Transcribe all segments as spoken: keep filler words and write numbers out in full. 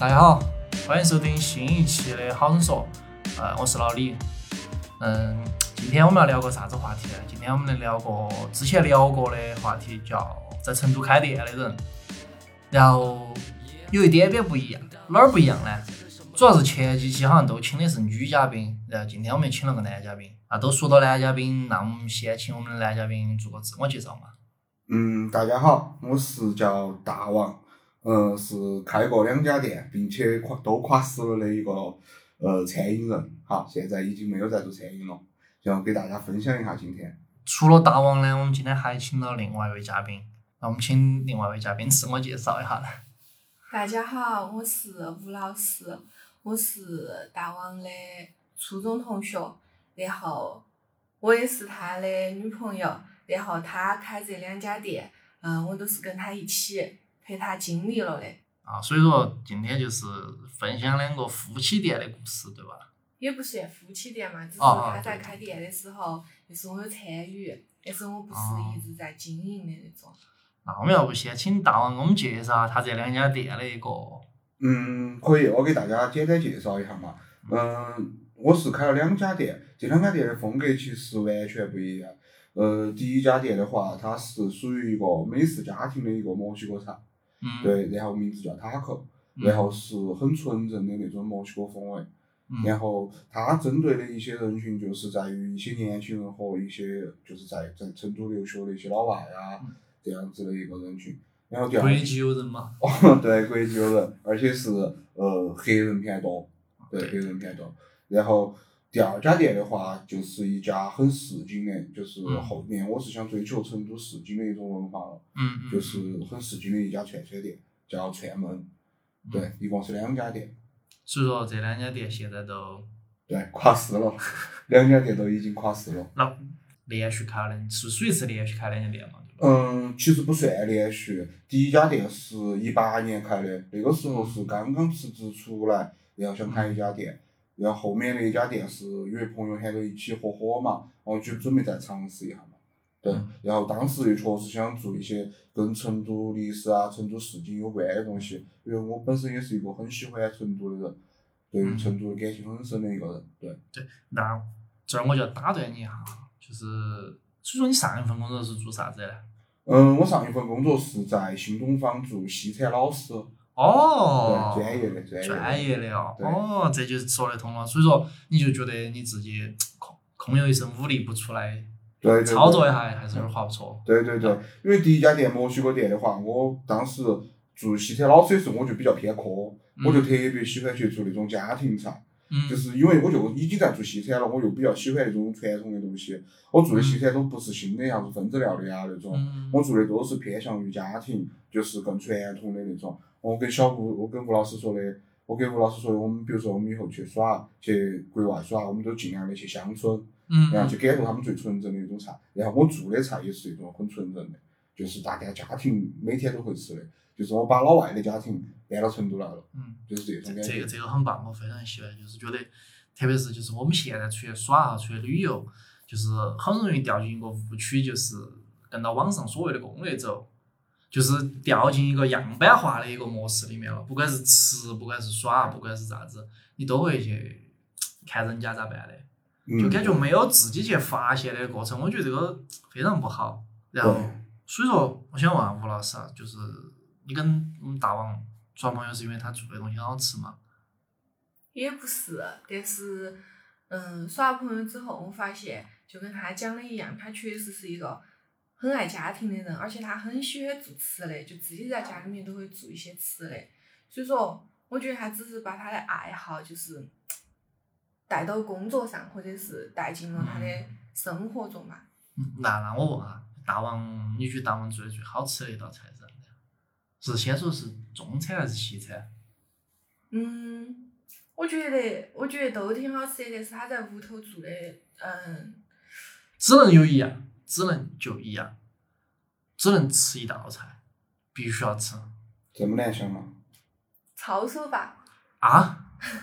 大家好，欢迎收听新一期的好生说，呃，我是老李。嗯，今天我们要聊个啥子话题呢？今天我们来聊个之前聊过的话题，叫在成都开店的人。然后有一点点不一样，哪儿不一样呢？主要是前几期好像都请的是女嘉宾，然后今天我们请了个男嘉宾。啊，都说到男嘉宾，那我们先请我们的男嘉宾做个自我介绍嘛。 嗯，大家好，我是叫大王，呃，是开过两家店，并且跨都跨实了的一个呃餐饮人。好，现在已经没有在做餐饮了，想给大家分享一下今天。 除了大王呢，我们今天还请了另外一位嘉宾。那我们请另外一位嘉宾自我介绍一下呢。 大家好，我是吴老师，我是大王的初中同学，然后我也是他的女朋友，然后他开这两家店，嗯，我都是跟他一起陪他经历了的。 啊，所以说今天就是分享两个夫妻店的故事，对吧？ 也不算夫妻店嘛，只是哦他在开店的时候，就是我有参与，但是我不是一直在经营的那种。 那我们要不先请大王给我们介绍他这两家店的一个。 嗯，可以，我给大家简单介绍一下嘛。嗯，我是开了两家店，这两家店的风格其实完全不一样。呃，第一家店的话，它是属于一个美式家庭的一个墨西哥菜， 嗯。 对，然后名字叫塔克，然后是很纯正的那种墨西哥风味。 嗯、 然后它针对的一些人群就是在于一些年轻人和一些就是在在成都留学的一些老外啊、嗯、这样子的一个人群。然后第二， 国际友人嘛。 哦，对，国际友人，而且是呃黑人偏多，对，黑人偏多。然后第二家店的话，就是一家很市井的，就是后面我是想追求成都市井的一种文化了， 嗯嗯， 就是很市井的一家串串店，叫串门，对，一共是两家店。 所以说这两家店现在都对垮死了，两家店都已经垮死了。 那连续开了，是属于是连续开两家店嘛？ 嗯，其实不算连续。第一家店是一八年开的，那个时候是刚刚辞职出来，然后想开一家店。然后后面那一家店是因为朋友喊着一起合伙嘛，然后就准备再尝试一下嘛。对，然后当时也确实想做一些跟成都历史啊、成都市井有关的东西，因为我本身也是一个很喜欢成都的人，对于成都的感情很深的一个人。对。 对，那这儿我就要打断你一下，就是，所以说你上一份工作是做啥子的？ 嗯，我上一份工作是在新东方做西餐老师。 哦， 对，专业的，专业的， 专业的哦，哦，这就说得通了。所以说，你就觉得你自己空空有一身武力不出来， 对对对， 操作一下还是有点划不着。 对对对，因为第一家店墨西哥店的话，我当时做西餐老师的时候，我就比较偏科，嗯、我就特别喜欢去做那种家庭菜。 嗯、 就是因为我就已经在做西餐了，我就比较喜欢那种传统的东西。我做的西餐都不是新的啥子分子料理啊那种， 嗯、 我做的都是偏向于家庭，就是更传统的那种。我跟小吴，我跟吴老师说的，我跟吴老师说的，我们比如说我们以后去耍，去国外耍，我们都尽量的去乡村， 嗯、 然后去感受他们最纯正的那种菜。然后我做的菜也是那种很纯正的，就是大家家庭每天都会吃的。就是我把老外的家庭搬到成都来了， 嗯， 就是这种感觉。 这个这个很棒，我非常喜欢，就是觉得，特别是就是我们现在出去耍啊，出去旅游，就是很容易掉进一个误区，就是跟到网上所谓的攻略走，就是掉进一个样板化的一个模式里面了。不管是吃，不管是耍，不管是啥子，你都会去看人家咋办的，就感觉没有自己去发现的过程，我觉得这个非常不好。然后，所以说，我想问吴老师啊，就是。你跟我们大王耍朋友是因为他做的东西好吃吗？ 也不是，但是，嗯，耍朋友之后，我发现就跟他讲的一样，他确实是一个很爱家庭的人，而且他很喜欢做吃的，就自己在家里面都会做一些吃的。所以说，我觉得他只是把他的爱好就是带到工作上，或者是带进了他的生活中嘛。 嗯，那那我问下，大王，你觉得大王做的最好吃的一道菜是啥子？是先说是中餐还是西餐？ 嗯，我觉得我觉得都挺好吃的，但是他在屋头做的，嗯， 只能有一样，只能就一样，只能吃一道菜，必须要吃。 这么难想吗？ 抄手吧。 啊？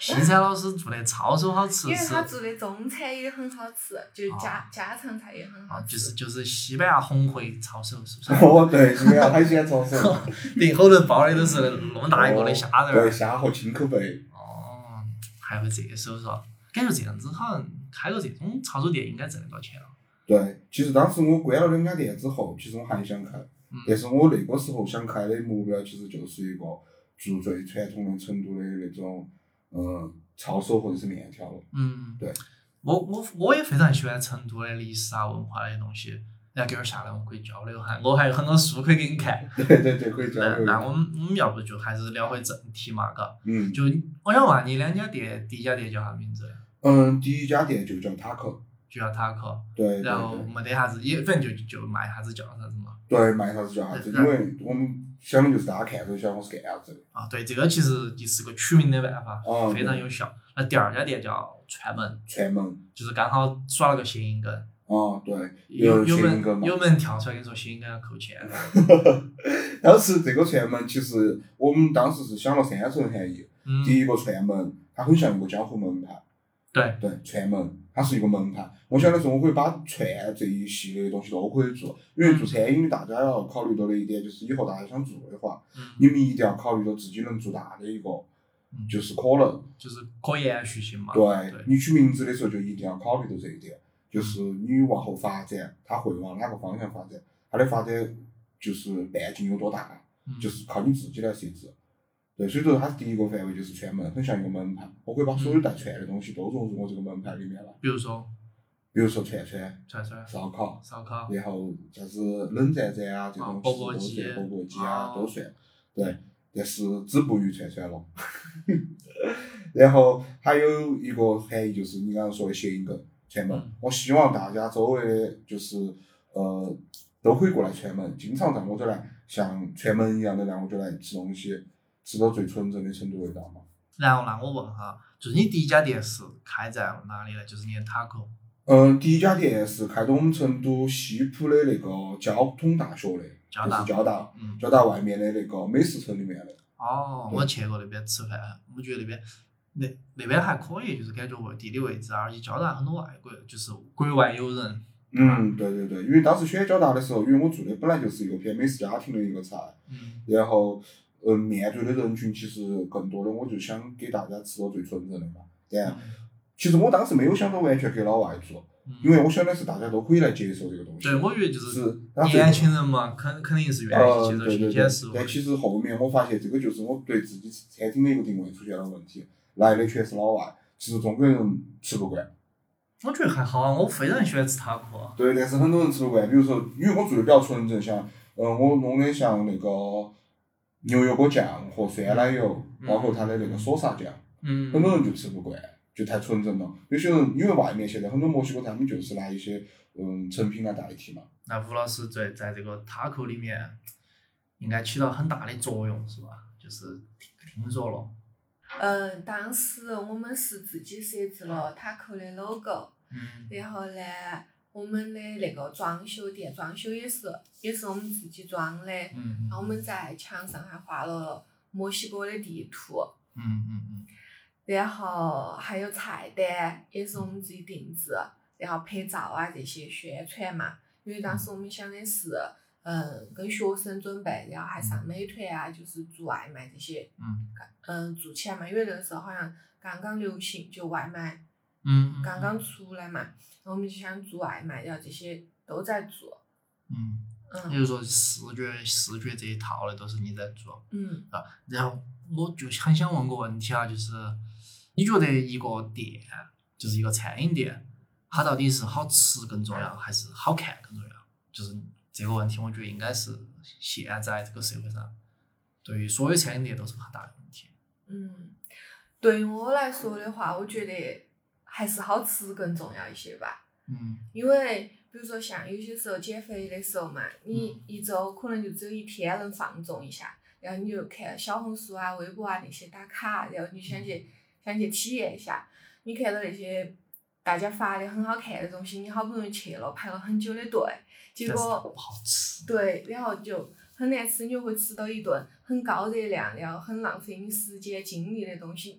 西餐老师做的抄手好吃， 因为是他做的中餐也很好吃，就是家、家常菜也很好啊， 吃。 就是就是西班牙红烩抄手，是不是？ 哦，对，西班牙海鲜抄手。 里后头包的都是那么大一个的虾仁儿。 对，虾和青口贝。 哦，还会这手是吧？感觉这样子好像开个这种抄手店应该挣得到钱了。 对，其实当时我关了两家店之后，其实我还想开， 嗯、 但是我那个时候想开的目标其实就是一个做最传统的成都的那种，嗯，抄手或者是面条了。 嗯， 对。 我我我也非常喜欢成都的历史啊文化的东西，然后给点下来我们可以交流哈，我还有很多书可以给你看。 对对对，可以交流。 那我们我们要不就还是聊回正题嘛，嘎。 嗯。 就我想问你两家店，第一家店叫啥名字？ 嗯，第一家店就叫塔口。 就叫塔口。 对对对。 然后没得啥子，也反正就就卖啥子叫啥子嘛。 对，卖啥子叫啥子，因为我们想的就是大家看都晓得我是干啥子的。 啊，对，这个其实也是个取名的办法， 哦、 非常有效。那第二家店叫串门。 串门。 就是刚好耍了个谐音梗。 哦，对。 有有门有门跳出来跟你说谐音梗要扣钱。 当时这个串门其实我们当时是想了三层含义。 嗯。 第一个串门，它很像一个江湖门派。 对。 对，串门，它是一个门派。我想的是，我可以把串这一系列的东西都可以做，因为做餐饮的大家要考虑到的一点就是，以后大家想做的话， 嗯、 你们一定要考虑到自己能做大的一个， 嗯、 就是可能， 就是可延续性嘛。 对， 对你取名字的时候就一定要考虑到这一点，就是你往后发展，它会往哪个方向发展，它的发展就是半径有多大， 嗯、 就是靠你自己来设置。对，所以说它第一个范围就是串门，很像一个门派，我可以把所有带串的东西都融入我这个门派里面来。 比如说。 比如说串串、 串串、 烧烤、 烧烤， 然后啥子冷蘸蘸啊这种钵钵鸡、 鸡、 钵钵鸡啊都算，对，但是止步于串串了。然后还有一个含义就是你刚刚说的谐音梗串门， 嗯、 我希望大家周围的就是呃都可以过来串门，经常让我这来像串门一样的让我这来吃东西，吃到最纯正的成都味道嘛。 然后那我问哈，就是你第一家店是开在哪里呢？就是你的塔口。 嗯，第一家店是开到我们成都西浦的那个交通大学的， 交大， 就是交大， 嗯， 交大外面的那个美食城里面的。 哦，我去过那边吃饭，我觉得那边那那边还可以，就是感觉位地理位置，而且交大很多外国，就是国外友人。 嗯，对对对，因为当时选交大的时候，因为我住的本来就是一个偏美食家庭的一个菜， 嗯， 然后嗯，面对的人群其实更多的，我就想给大家吃到最纯正的嘛，对啊。 嗯其实我当时没有想到完全给老外做， 嗯、 因为我想的是大家都可以来接受这个东西。 对，我觉得就是是年轻人嘛，肯肯定是愿意接受新鲜事物。 但其实后面我发现，这个就是我对自己餐厅的一个定位出现了问题，来的全是老外，其实中国人吃不惯。 我觉得还好啊，我非常喜欢吃塔克。 对，但是很多人吃不惯，比如说，因为我做的比较纯正，像嗯，我弄的像那个牛油果酱和酸奶油， 嗯、 包括它的那个索萨酱， 嗯， 很多人就吃不惯。就太纯正了，有些人因为外面现在很多墨西哥他们就是拿一些嗯成品来代替嘛。 那吴老师在在这个塔口里面应该起到很大的作用，是吧？就是听说了。 嗯，当时我们是自己设置了塔口的 logo， 嗯， 然后呢，我们的那个装修店装修也是也是我们自己装的， 嗯， 然后我们在墙上还画了墨西哥的地图。 嗯嗯嗯。 然后还有菜单也是我们自己定制，然后拍照啊这些宣传嘛，因为当时我们想的是，嗯，跟学生准备，然后还上美团啊，就是做外卖这些， 嗯， 嗯，做起来嘛，因为那个时候好像刚刚流行，就外卖， 嗯， 刚刚出来嘛，然后我们就想做外卖，然后这些都在做， 嗯， 嗯， 也就是说视觉视觉这一套的都是你在做， 嗯， 啊，然后我就很想问个问题啊，就是。你觉得一个店，就是一个餐饮店，它到底是好吃更重要，还是好看更重要？就是这个问题，我觉得应该是现在这个社会上，对于所有餐饮店都是很大的问题。 嗯，对于我来说的话，我觉得还是好吃更重要一些吧。 嗯。 因为比如说像有些时候减肥的时候嘛，你一周可能就只有一天能放纵一下，然后你就看小红书啊、微博啊那些打卡，然后你想去。想去体验一下，你看到那些大家发的很好看的东西，你好不容易去了，排了很久的队，结果不好吃。 对，然后就很难吃，你就会吃到一顿很高热量，然后很浪费你时间精力的东西，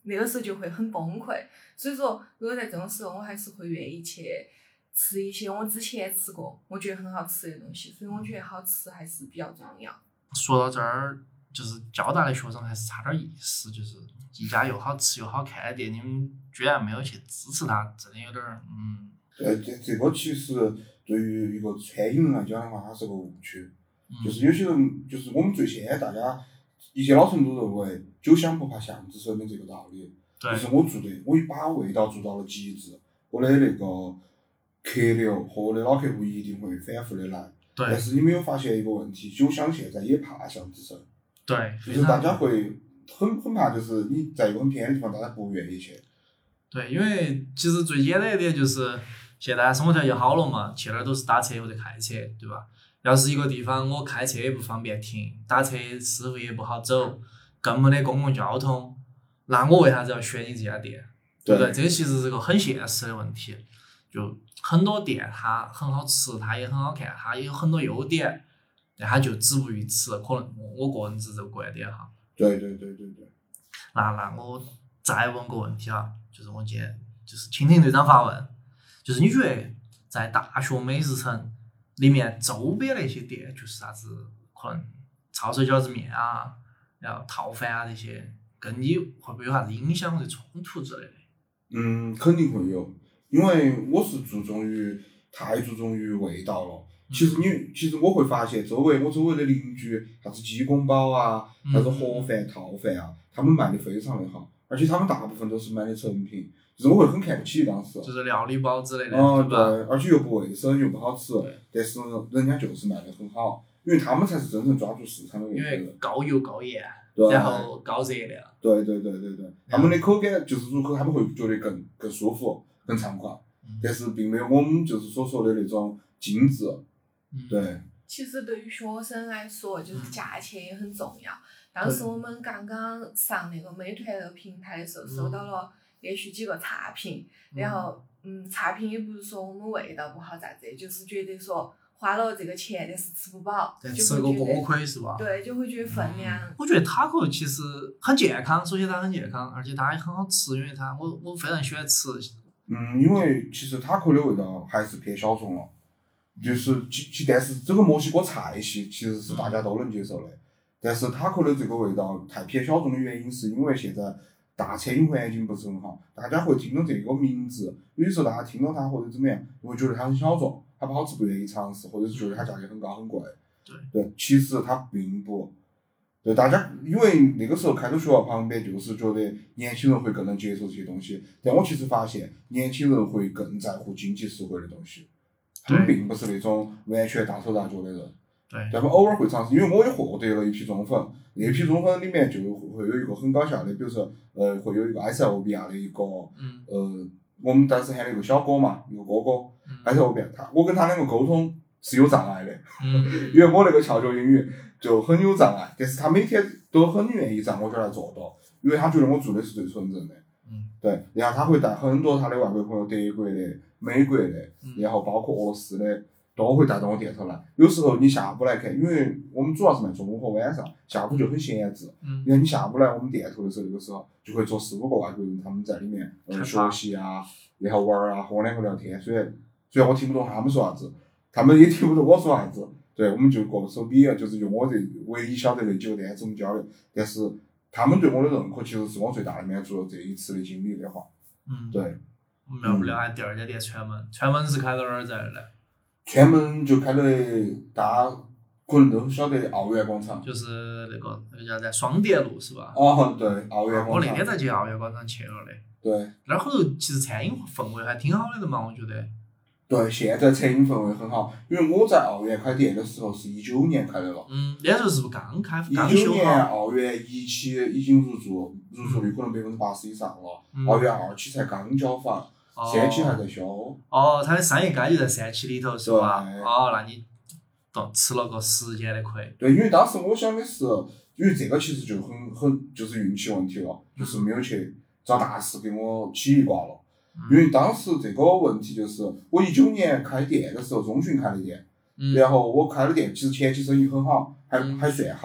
那个时候就会很崩溃。所以说，如果在这种时候，我还是会愿意去吃一些我之前吃过我觉得很好吃的东西。所以我觉得好吃还是比较重要。 说到这儿，就是交大的学生还是差点意思，就是一家又好吃又好看的店，你们居然没有去支持他，真的有点儿嗯。 对，这这个其实对于一个餐饮人来讲的话，它是个误区。 嗯、 就是有些人，就是我们最先大家一些老成都认为酒香不怕巷子深的这个道理。就是我做的，我把味道做到了极致，我的那个客流和我的老客户一定会反复的来。 对。 但是你没有发现一个问题，酒香现在也怕巷子深。 对。 就是大家会很很怕，就是你在一个很偏的地方，大家不愿意去。 对，因为其实最简单一点就是，现在生活条件好了嘛，去那儿都是打车或者开车，对吧？要是一个地方我开车也不方便停，打车似乎也不好走，更没得公共交通。那我为啥子要选你这家店？对不对？这个其实是个很现实的问题。就很多店它很好吃，它也很好看，它也有很多优点，但它就止步于此。可能我个人是这个观点哈。 对对对对对。 那那我再问个问题哈，就是我今天就是蜻蜓队长发问，就是你觉得在大学美食城里面周边那些店，就是啥子可能抄手饺子面啊，然后套饭啊这些。跟你会不会有啥子影响或者冲突之类的？ 嗯，肯定会有，因为我是注重于太注重于味道了。其实你，其实我会发现周围我周围的邻居，啥子鸡公煲啊，啥子盒饭、套饭啊，他们卖的非常的好，而且他们大部分都是买的成品，就是我会很看不起当时。 就是料理包之类的， 嗯， 对吧？ 对，而且又不卫生又不好吃，但是人家就是卖的很好，因为他们才是真正抓住市场的那个人。 因为高油高盐。 对， 然后高热量。 对对对对对，他们的口感就是入口他们会觉得更更舒服、更畅快， 嗯、 但是并没有我们就是所说的那种精致。 嗯、 对。 其实对于学生来说，就是价钱也很重要。当时我们刚刚上那个美团那个平台的时候，收到了连续几个差评， 嗯、 然后嗯，差评也不是说我们味道不好咋子，就是觉得说。花了这个钱，但是吃不饱， 但吃个锅亏是吧？ 对，就会觉得分量。 我觉得塔可其实很健康，首先它很健康，而且它也很好吃，因为它我我非常喜欢吃。 嗯，因为其实塔可的味道还是偏小众了，就是其其但是这个墨西哥菜系其实是大家都能接受的，但是塔可的这个味道太偏小众的原因是因为现在大餐饮环境不是很好，大家会听到这个名字，有时候大家听到它或者怎么样，会觉得它很小众。它不好吃，不愿意尝试，或者是觉得它价格很高很贵。 对。 对，其实它并不。对，大家因为那个时候开到学校旁边，就是觉得年轻人会更能接受这些东西。但我其实发现，年轻人会更在乎经济实惠的东西。他们并不是那种完全大手大脚的人。 对。 他们偶尔会尝试，因为我也获得了一批中粉，那批中粉里面就会有一个很搞笑的，比如说呃，会有一个埃塞俄比亚的一个， 嗯、 呃，我们当时喊了一个小哥嘛，一个哥哥。埃塞俄比亚，他我跟他两个沟通是有障碍的， 嗯、 因为我那个翘脚英语就很有障碍，但是他每天都很愿意让我这儿来做到，因为他觉得我做的是最纯正的。 嗯、 对，然后他会带很多他的外国朋友，德国的、美国的， 嗯、 然后包括俄罗斯的，都会带到我店头来。有时候你下午来看，因为我们主要是卖中午和晚上，下午就很闲置。 嗯、 然后你下午来我们店头的时候，那个时候就会坐四五个外国人，他们在里面呃学习啊，然后玩啊，和我两个聊天，虽然。虽然我听不懂他们说啥子，他们也听不懂我说啥子，对，我们就过手比，就是用我这唯一晓得那几个单词我们交流，但是他们对我的认可其实是我最大的满足了这一次的经历的话， 嗯， 对。 我们要不聊下第二家店川门，川门是开到哪儿在的呢？ 川门就开到大家可能都晓得奥园广场， 就是那个那个叫啥双蝶路是吧？ 哦，对，奥园广场。 我那天才去奥园广场去了的。 对。 那儿后头其实餐饮氛围还挺好的的嘛，我觉得。 对，现在餐饮氛围很好，因为我在奥园开店的时候是一九年开的了。 嗯，那时候是不是刚开？刚一九年奥园一期已经入驻，入驻率可能百分之八十以上了。 嗯、 奥园二期才刚交房， 哦、 三期还在修。 哦，他的商业街就在三期里头是吧？ 对。 哦，那你都吃了个时间的亏。 对，因为当时我想的是，因为这个其实就很很就是运气问题了， 嗯、 就是没有去找大师给我起一卦了。因为当时这个问题就是，我一九年开店的时候，中旬开的店， 嗯、 然后我开的店其实前期生意很好，还、 嗯、 还算好，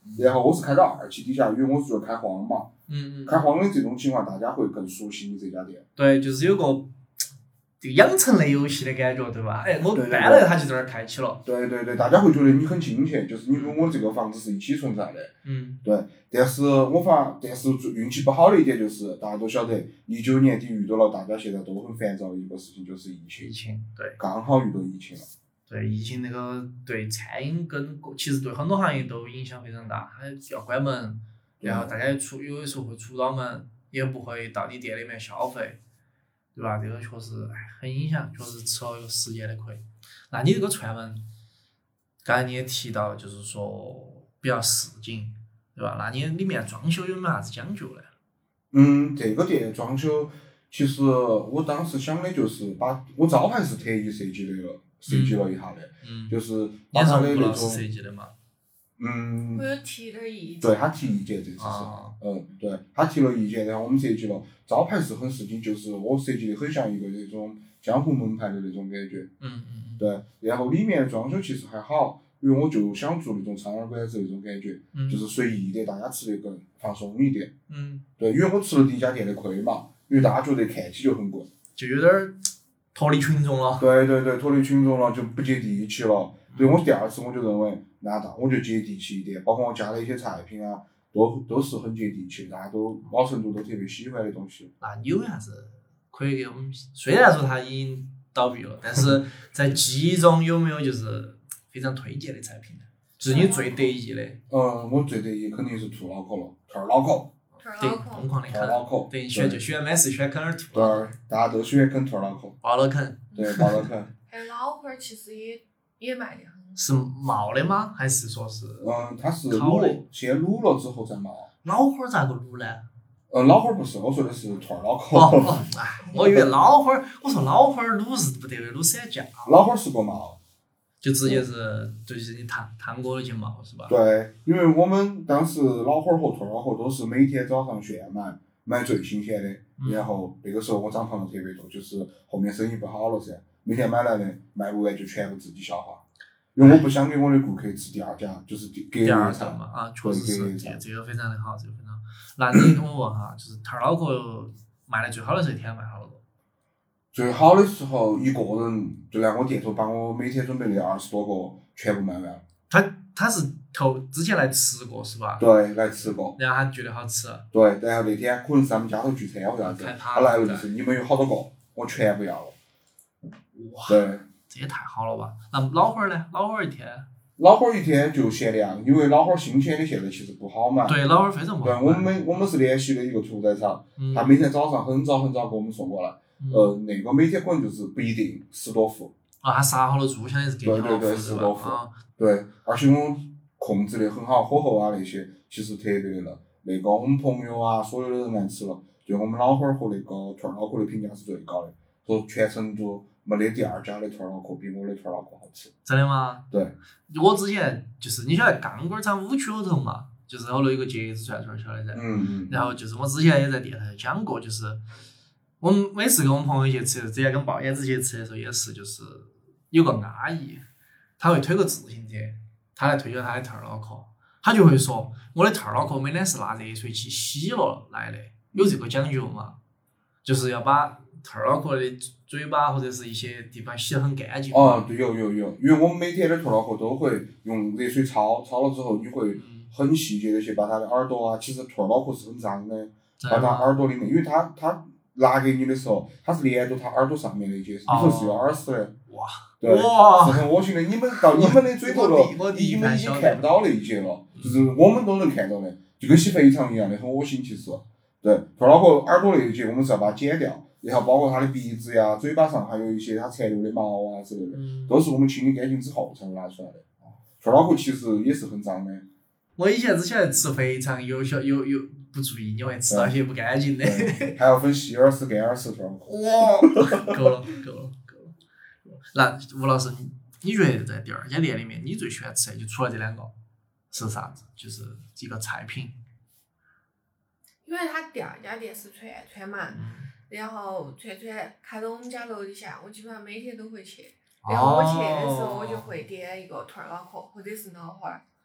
然后我是开到二期底下，因为我是做开荒嘛。 嗯嗯。 开荒的这种情况，大家会更熟悉你这家店。 对，就是有个这个养成类游戏的感觉，对吧？哎，我对对搬了，它就在那儿开起了。 对对对，大家会觉得你很亲切，就是你跟我这个房子是一起存在的。 嗯。 对，但是我发，但是运气不好的一点就是，大家都晓得，一九年底遇到了大家现在都很烦躁的一个事情，就是疫情。 疫情，对。 刚好遇到疫情了。 对，疫情那个对餐饮跟其实对很多行业都影响非常大，它要关门，然后大家出有的时候会出不到门，也不会到你店里面消费，对吧？这个确实哎很影响，确实吃了一个时间的亏。那你这个串门，刚才你也提到，就是说比较市井，对吧？那你里面装修有没有啥子讲究呢？ 嗯，这个店装修，其实我当时想的就是把我招牌是特意设计的，设计了一下的， 嗯， 就是把它的那种， 设计的嘛。 嗯， 我有提点意见。 对他提意见，这次是， 啊、 嗯，对他提了意见，然后我们设计了招牌是很市井，就是我设计的很像一个那种江湖门牌的那种感觉。 嗯嗯嗯。 对，然后里面装修其实还好，因为我就想做那种苍耳馆子那种感觉， 嗯、 就是随意一点，大家吃得更放松一点。 嗯。 对，因为我吃了第一家店的亏嘛，因为大家觉得看起就很贵。 就有点儿脱离群众了。 对对对，脱离群众了，就不接地气了。对我第二次我就认为，那大我就接地气一点，包括我加的一些菜品啊，都都是很接地气，大家都老成都都特别喜欢的东西。 那你有啥子可以给我们？虽然说它已经倒闭了，但是在记忆中有没有就是非常推荐的菜品呢？就是你最得意的。 嗯，我最得意肯定是兔脑壳了，兔儿脑壳。 对， 兔儿脑疯狂的啃。 兔儿脑壳。 对，喜欢就喜欢美食，喜欢啃点儿兔。 对，大家都喜欢啃兔儿脑壳。 包了啃。 对，包了啃。 还有脑花儿，其实也也卖的很。 是冒的吗？还是说是？ 嗯，它是卤了，先卤了之后再冒。 脑花儿咋个卤呢？ 嗯，脑花儿不是，我说的是兔儿脑壳。 哦哦，哎，我以为脑花儿，我说脑花儿卤是不得的，卤散架。 脑花儿是不冒。 就直接是，就是你烫烫过了就冒是吧？ 对，因为我们当时脑花儿和兔儿脑壳都是每天早上现买，买最新鲜的。 嗯、 然后那个时候我长胖了特别多，就是后面生意不好了噻，每天买来的卖不完就全部自己消化。因为我不想给我的顾客吃第二家，就是隔夜菜嘛。啊，确实是，这这个非常的好，这个非常好。那你我问哈，就是兔儿脑壳卖的最好的时候一天卖好多？ 最好的时候，一个人就来我店头把我每天准备的二十多个全部卖完了。 他他是头之前来吃过是吧？ 对，来吃过。 然后他觉得好吃。 对，然后那天可能是他们家头聚餐或啥子，他来了就是你们有好多个，我全部要了。 哇！ 对。 这也太好了吧？那脑花儿呢？脑花儿一天？ 脑花儿一天就限量，因为脑花儿新鲜的现在其实不好买。 对，脑花儿非常不好买。 对，我们我们是联系的一个屠宰场， 嗯、 他每天早上很早很早给我们送过来。 嗯、 呃，那个每天可能就是不一定十多副。 啊，他杀好了猪，相当于是给你对对对，十多副。啊、对，而且我控制的很好，火候啊那些，其实特别的那。那个我们朋友啊，所有的人来吃了，对我们脑花儿和那个兔儿脑壳的评价是最高的，说全成都。没得第二家的兔儿脑壳比我的兔儿脑壳好吃。 真的吗？ 对。 我之前就是你晓得钢管厂五区后头嘛，就是后头有个节子串串晓得噻。 嗯嗯。 然后就是我之前也在电台讲过，就是我们每次跟我们朋友去吃，之前跟鲍燕子去吃的时候也是，就是有个阿姨，她会推个自行车，她来推销她的兔儿脑壳，她就会说我的兔儿脑壳每天是拿热水去洗了来的，有这个讲究嘛？就是要把兔儿脑壳的嘴巴或者是一些地方洗得很干净。 哦，对，有有有，因为我们每天的兔儿脑壳都会用热水焯，焯了之后你会很细节的去把它的耳朵啊，其实兔儿脑壳是很脏的，把它耳朵里面，因为它它拿给你的时候，它是连着它耳朵上面那些，里头是有耳屎的。 哇！ 对，是很恶心的。你们到你们的嘴头了，你们已经看不到那一节了，就是我们都能看到的，就跟洗肥肠一样的，很恶心。其实，对，兔儿脑壳耳朵那一节我们是要把它剪掉。然后包括它的鼻子呀、嘴巴上还有一些它残留的毛啊之类的， 嗯、 都是我们清理干净之后才能拿出来的。兔儿脑壳其实也是很脏的。 我以前之前吃肥肠，有小有有不注意，你会吃到一些不干净的。 还要分细耳屎、干耳屎兔儿脑壳。 哇，够了够了够了。那吴老师，你你觉得在第二家店里面，你最喜欢吃的就除了这两个是啥子？就是一个菜品。 因为他第二家店是串串嘛。嗯，然后串串开到我们家楼底下，我基本上每天都会去。然后我去的时候，我就会点一个兔儿脑壳或者是脑花儿。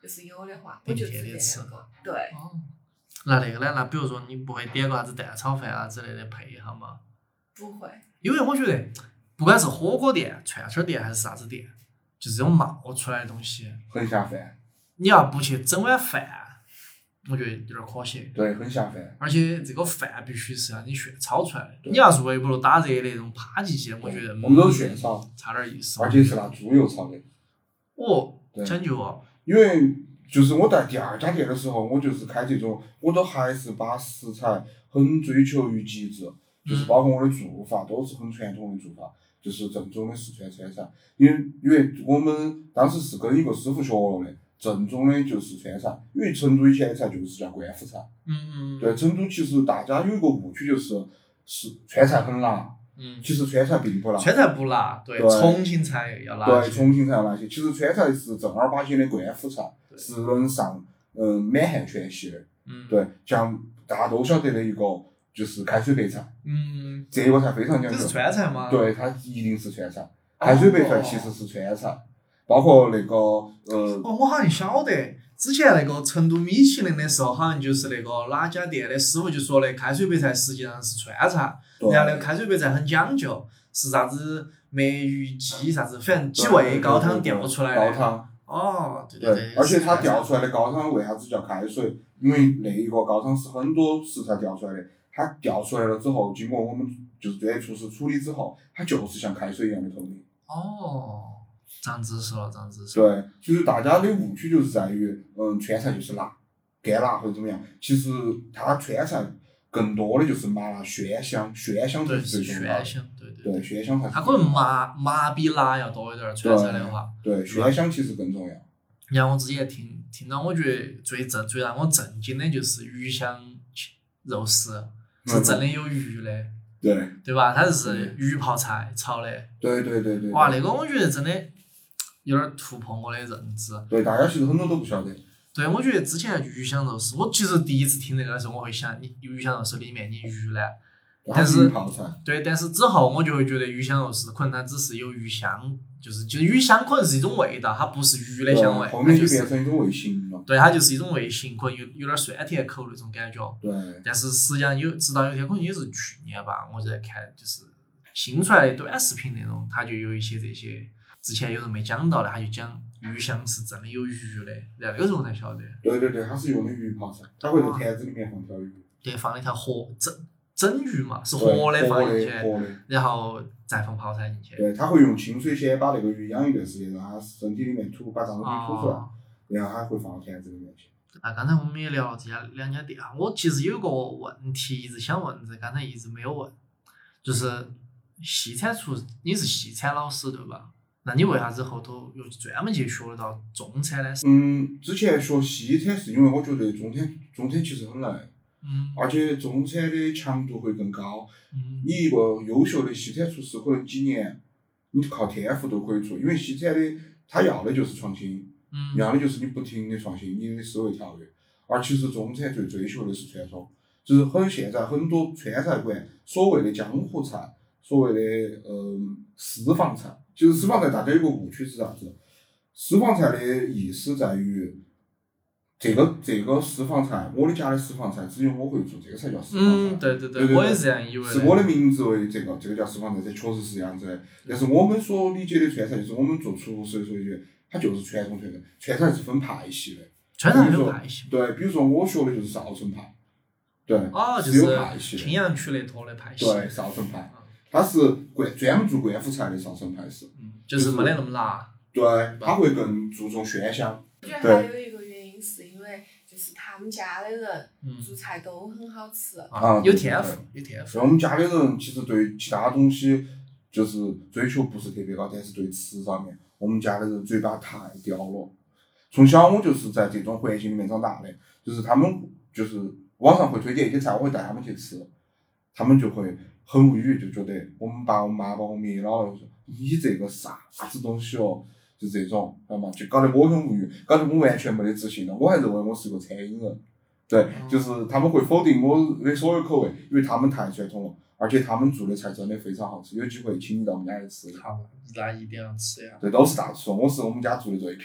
就是有的话，我就只点两个。对。 哦。那那个呢？那比如说你不会点个啥子蛋炒饭啊之类的配合吗？ 不会。 因为我觉得，不管是火锅店、串串店还是啥子店，就是这种冒出来的东西， 很下饭。 你要不去整碗饭，我觉得有点可惜。 对，很下饭。 而且这个饭必须是让你现炒出来的。你要是微波炉打热的那种趴进去，我觉得我们都是现炒， 差点意思。 而且是拿猪油炒的。 哦，讲究哦。 因为就是我在第二家店的时候，我就是开这种，我都还是把食材很追求于极致，就是包括我的做法都是很传统的做法，就是正宗的四川川菜。因为因为我们当时是跟一个师傅学了的。正宗的就是川菜，因为成都以前的菜就是叫官府菜。 嗯嗯。 对，成都其实大家有一个误区，就是是川菜很辣。 嗯。 其实川菜并不辣。 川菜不辣，对。 对重庆菜要辣。 对，重庆菜要辣些。其实川菜是正儿八经的官府菜，是能上嗯满汉全席的。 嗯。 对，像大家都晓得的一个就是开水白菜。 嗯。 这个菜非常讲究。 这是川菜吗？ 对，它一定是川菜。开水白菜其实是川菜。包括那个呃， 哦，我好像晓得，之前那个成都米其林的时候，好像就是那个哪家店的师傅就说的，开水白菜实际上是川菜，然后那个开水白菜很讲究，是啥子梅鱼鸡啥子，反正几味高汤调出来的。 高汤。 哦，对对对。 而且它调出来的高汤为啥子叫开水？因为那一个高汤是很多食材调出来的，它调出来了之后，经过我们就是专业厨师处理之后，它就是像开水一样的透明。 哦。长知识了，长知识。 对，其实大家的误区就是在于，嗯，川菜就是辣，干辣或者怎么样。其实它川菜更多的就是麻辣鲜香，鲜香才是最重要的。 鲜香，对对。 对，鲜香才是。 它可能麻麻比辣要多一点，川菜的话。 对，鲜香其实更重要。 然后我之前听听到，我觉得最震最让我震惊的就是鱼香肉丝，是真的有鱼的。 对。 对吧？它就是鱼泡菜炒的。 对对对对。 哇，那个我觉得真的。有点突破我的认知。 对，大家其实很多都不晓得。 对，我觉得之前鱼香肉丝，我其实第一次听这个的时候，我会想，你鱼香肉丝里面你鱼呢？但是，对，但是之后我就会觉得鱼香肉丝可能它只是有鱼香，就是就是鱼香可能是一种味道，它不是鱼的香味。 后面就变成一种味型了。 对，它就是一种味型，可能有有点酸甜口那种感觉。 对。 但是实际上有，直到有一天可能也是去年吧，我在看就是新出来的短视频那种，它就有一些这些。之前有人没讲到的，他就讲鱼香是真的有鱼的，然后那个时候我才晓得。 对对对，它是用的鱼泡菜，它会在坛子里面放条鱼。 对，放了一条活整整鱼嘛，是活的放进去，然后再放泡菜进去。 对，他会用清水先把那个鱼养一段时间，让它身体里面吐，把脏东西吐出来，哦、然后它会放到坛子里面去。 那刚才我们也聊了这家两家店，我其实有个问题一直想问，这刚才一直没有问，就是西餐厨，你是西餐老师对吧？那你为啥子后头又专门去学了到中餐呢？ 嗯，之前学西餐是因为我觉得中餐中餐其实很难， 嗯， 而且中餐的强度会更高。 嗯， 你一个优秀的西餐厨师，可能几年你靠天赋都可以做，因为西餐的他要的就是创新， 嗯， 要的就是你不停的创新你的思维跳跃。而其实中餐最追求的是传统，就是很现在很多川菜馆所谓的江湖菜，所谓的嗯私房菜。其实私房菜大家有个误区是啥子？私房菜的意思在于，这个这个私房菜，我的家的私房菜只有我会做，这个才叫私房菜。 嗯，对对对对， 我也是这样以为的。 是我的名字为这个，这个叫私房菜，这确实是这样子的。但是我们所理解的川菜，就是我们做厨师的所理解，它就是传统川菜。川菜是分派系的。 川菜有派系。 对，比如说我学的就是少城派。对。 哦， 是有派系的。 青羊区那坨的派系。 对，少城派。它是官专门做官府菜的少城派是， 嗯，就是没得那么辣。 对，它会更注重鲜香。 我觉得还有一个原因是因为就是他们家的人做菜都很好吃。 啊， 有天赋，有天赋。 我们家的人其实对其他东西就是追求不是特别高，但是对吃上面，我们家的人嘴巴太刁了。从小我就是在这种环境里面长大的，就是他们就是网上会推荐一些菜，我会带他们去吃，他们就会。很无语，就觉得我们爸我妈把我灭了，我说你这个啥子东西哦，就这种，知道吗？就搞得我很无语，搞得我完全没得自信了。我还认为我是个餐饮人，对，就是他们会否定我的所有口味，因为他们太传统了，而且他们做的菜真的非常好吃。有机会请你到我们家来吃。 好，那一定要吃呀。 对，都是大厨，我是我们家做的最撇的。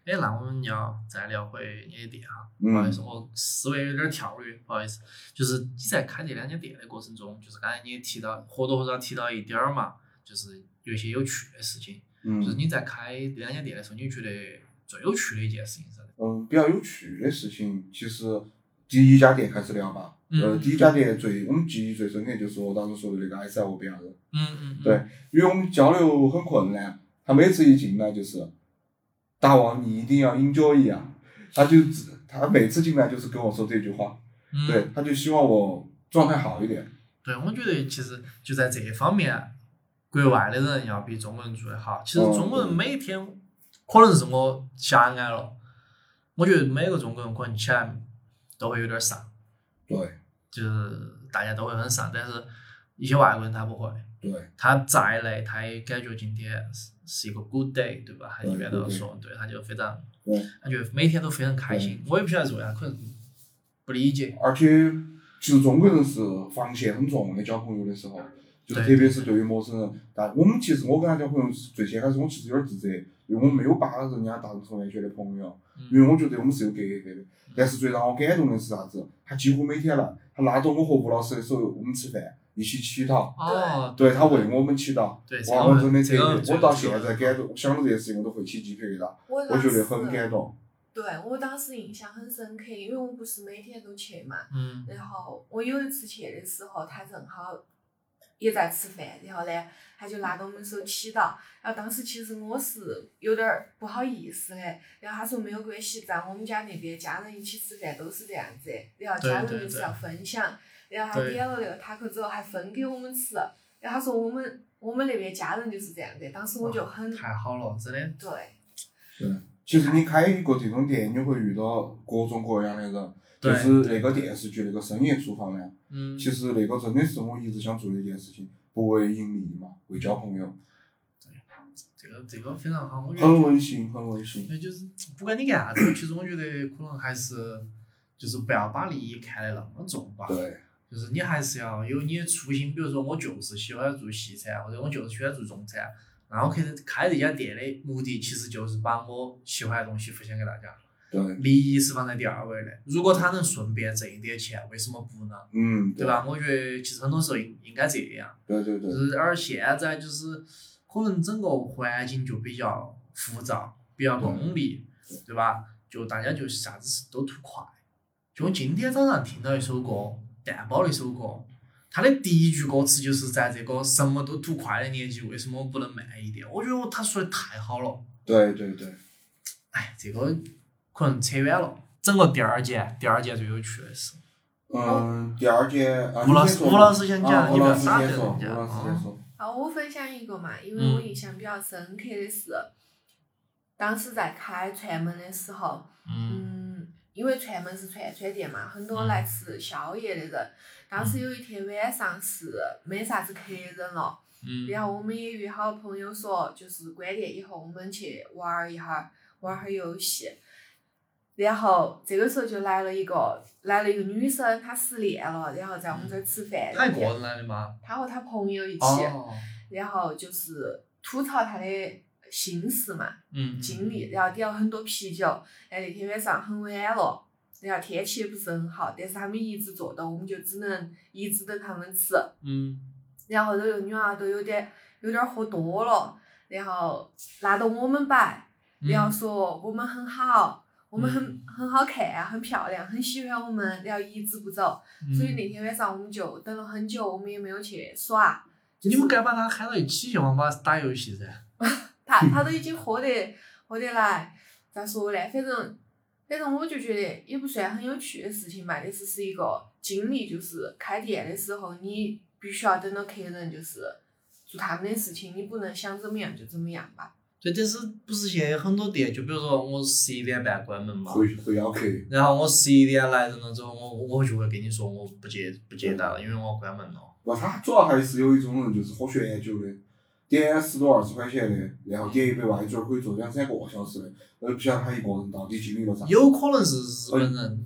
哎，那我们要再聊回你的店哈， 嗯不好意思，我思维有点跳跃，不好意思。就是你在开这两家店的过程中，就是刚才你也提到或多或少提到一点儿嘛，就是有一些有趣的事情。 嗯就是你在开这两家店的时候，你觉得最有趣的一件事情是啥子？ 嗯，比较有趣的事情，其实第一家店开始聊吧。 嗯呃，第一家店最我们记忆最深刻就是我当时说的那个埃塞俄比亚人。 嗯嗯嗯。 对，因为我们交流很困难，他每次一进来就是大王你一定要 enjoy 啊，他就只他每次进来就是跟我说这句话。 嗯、 对，他就希望我状态好一点。 对，我觉得其实就在这方面，国外的人要比中国人做得好。其实中国人每一天，可能是我狭隘了，我觉得每个中国人可能起来都会有点丧。 对。 就是大家都会很丧，但是一些外国人他不会。 对。 他再累，他也感觉今天是是一个 good day， 对吧？他一般都说，对，他就非常，他觉得每天都非常开心。我也不晓得为啥，可能不理解。 而且，其实中国人是防线很重的，交朋友的时候，就是特别是对于陌生人。但我们其实我跟他交朋友最先开始，我其实有点自责，因为我没有把人家当成完全的朋友，因为我觉得我们是有隔阂的。但是最让我感动的是啥子？他几乎每天来，他拉着我和吴老师的手，我们吃饭，一起祈祷。 哦。 对，他为我们祈祷。 对， 哇，我真的这个， 我到现在感动，想到这件事情我都会起鸡皮疙瘩，我觉得很感动。 对，我当时印象很深刻，因为我不是每天都去嘛。 嗯。 然后我有一次去的时候，他正好也在吃饭，然后呢，他就拉着我们手祈祷。然后当时其实我是有点儿不好意思的，然后他说没有关系，在我们家那边家人一起吃饭都是这样子，然后家人就是要分享。然后他点了那个塔克之后还分给我们吃，然后他说我们我们那边家人就是这样的，当时我就很太好了，真的。 对。 对，其实你开一个这种店，你会遇到各种各样的人。就是那个电视剧那个深夜厨房呢， 嗯， 其实那个真的是我一直想做的一件事情，不为盈利嘛，为交朋友。 对，这个这个非常好，我觉得很温馨，很温馨。 对，就是不管你干啥子，其实我觉得可能还是就是不要把利益看得那么重吧。 对。 就是你还是要有你的初心，比如说我就是喜欢做西餐，或者我就是喜欢做中餐，那我开开这家店的目的其实就是把我喜欢的东西分享给大家。 对。 利益是放在第二位的，如果他能顺便挣一点钱，为什么不呢？ 嗯。 对吧？我觉得其实很多时候应应该这样。 对对对。 就是而现在就是可能整个环境就比较浮躁，比较功利，对吧？就大家就啥子事都图快。就我今天早上听到一首歌，蛋堡的一首歌，他的第一句歌词就是在这个什么都图快的年纪，为什么不能慢一点？我觉得他说的太好了。 对对对。 哎，这个可能扯远了。整个第二件，第二件最有趣的是。 嗯，第二件。 吴老师，吴老师先讲，你不要打断人家。 吴老师先说。 好，我分享一个嘛，因为我印象比较深刻的是，嗯、当时在开串门的时候， 嗯。 嗯因为串门是串串店嘛，很多来吃宵夜的人。当时有一天晚上是没啥子客人了， 嗯、 然后我们也约好朋友说，就是关店以后我们去玩一下，玩会儿游戏。然后这个时候就来了一个来了一个女生，她失恋了，然后在我们这儿吃饭。 她一个人来的吗？ 她和她朋友一起， 哦、 然后就是吐槽她的心事嘛， 嗯、 经历，然后点了很多啤酒。哎，那天晚上很晚了，然后天气也不是很好，但是他们一直坐到，我们就只能一直等他们吃。 嗯。 然后这个女娃都有点有点喝多了，然后拉到我们摆，然后说我们很好，我们很、 嗯、 很好看，很漂亮，很喜欢我们，然后一直不走。 嗯、 所以那天晚上我们就等了很久，我们也没有去耍。就是、 你们该把他喊到一起去网吧打游戏噻。 他他都已经喝得喝得来，咋说呢？反正反正我就觉得也不算很有趣的事情吧，但是是一个经历，就是开店的时候你必须要等到客人就是做他们的事情，你不能想怎么样就怎么样吧。 对，但是不是现在很多店，就比如说我十一点半关门嘛， 会会邀客， 然后我十一点来人了之后，我我就会跟你说我不接不接待了，因为我关门了。 哇，他主要还是有一种人就是喝玄酒的。点十多二十块钱的，然后点一杯外嘴可以坐两三个小时的，呃，不晓得他一个人到底经历了啥。 有可能是日本人。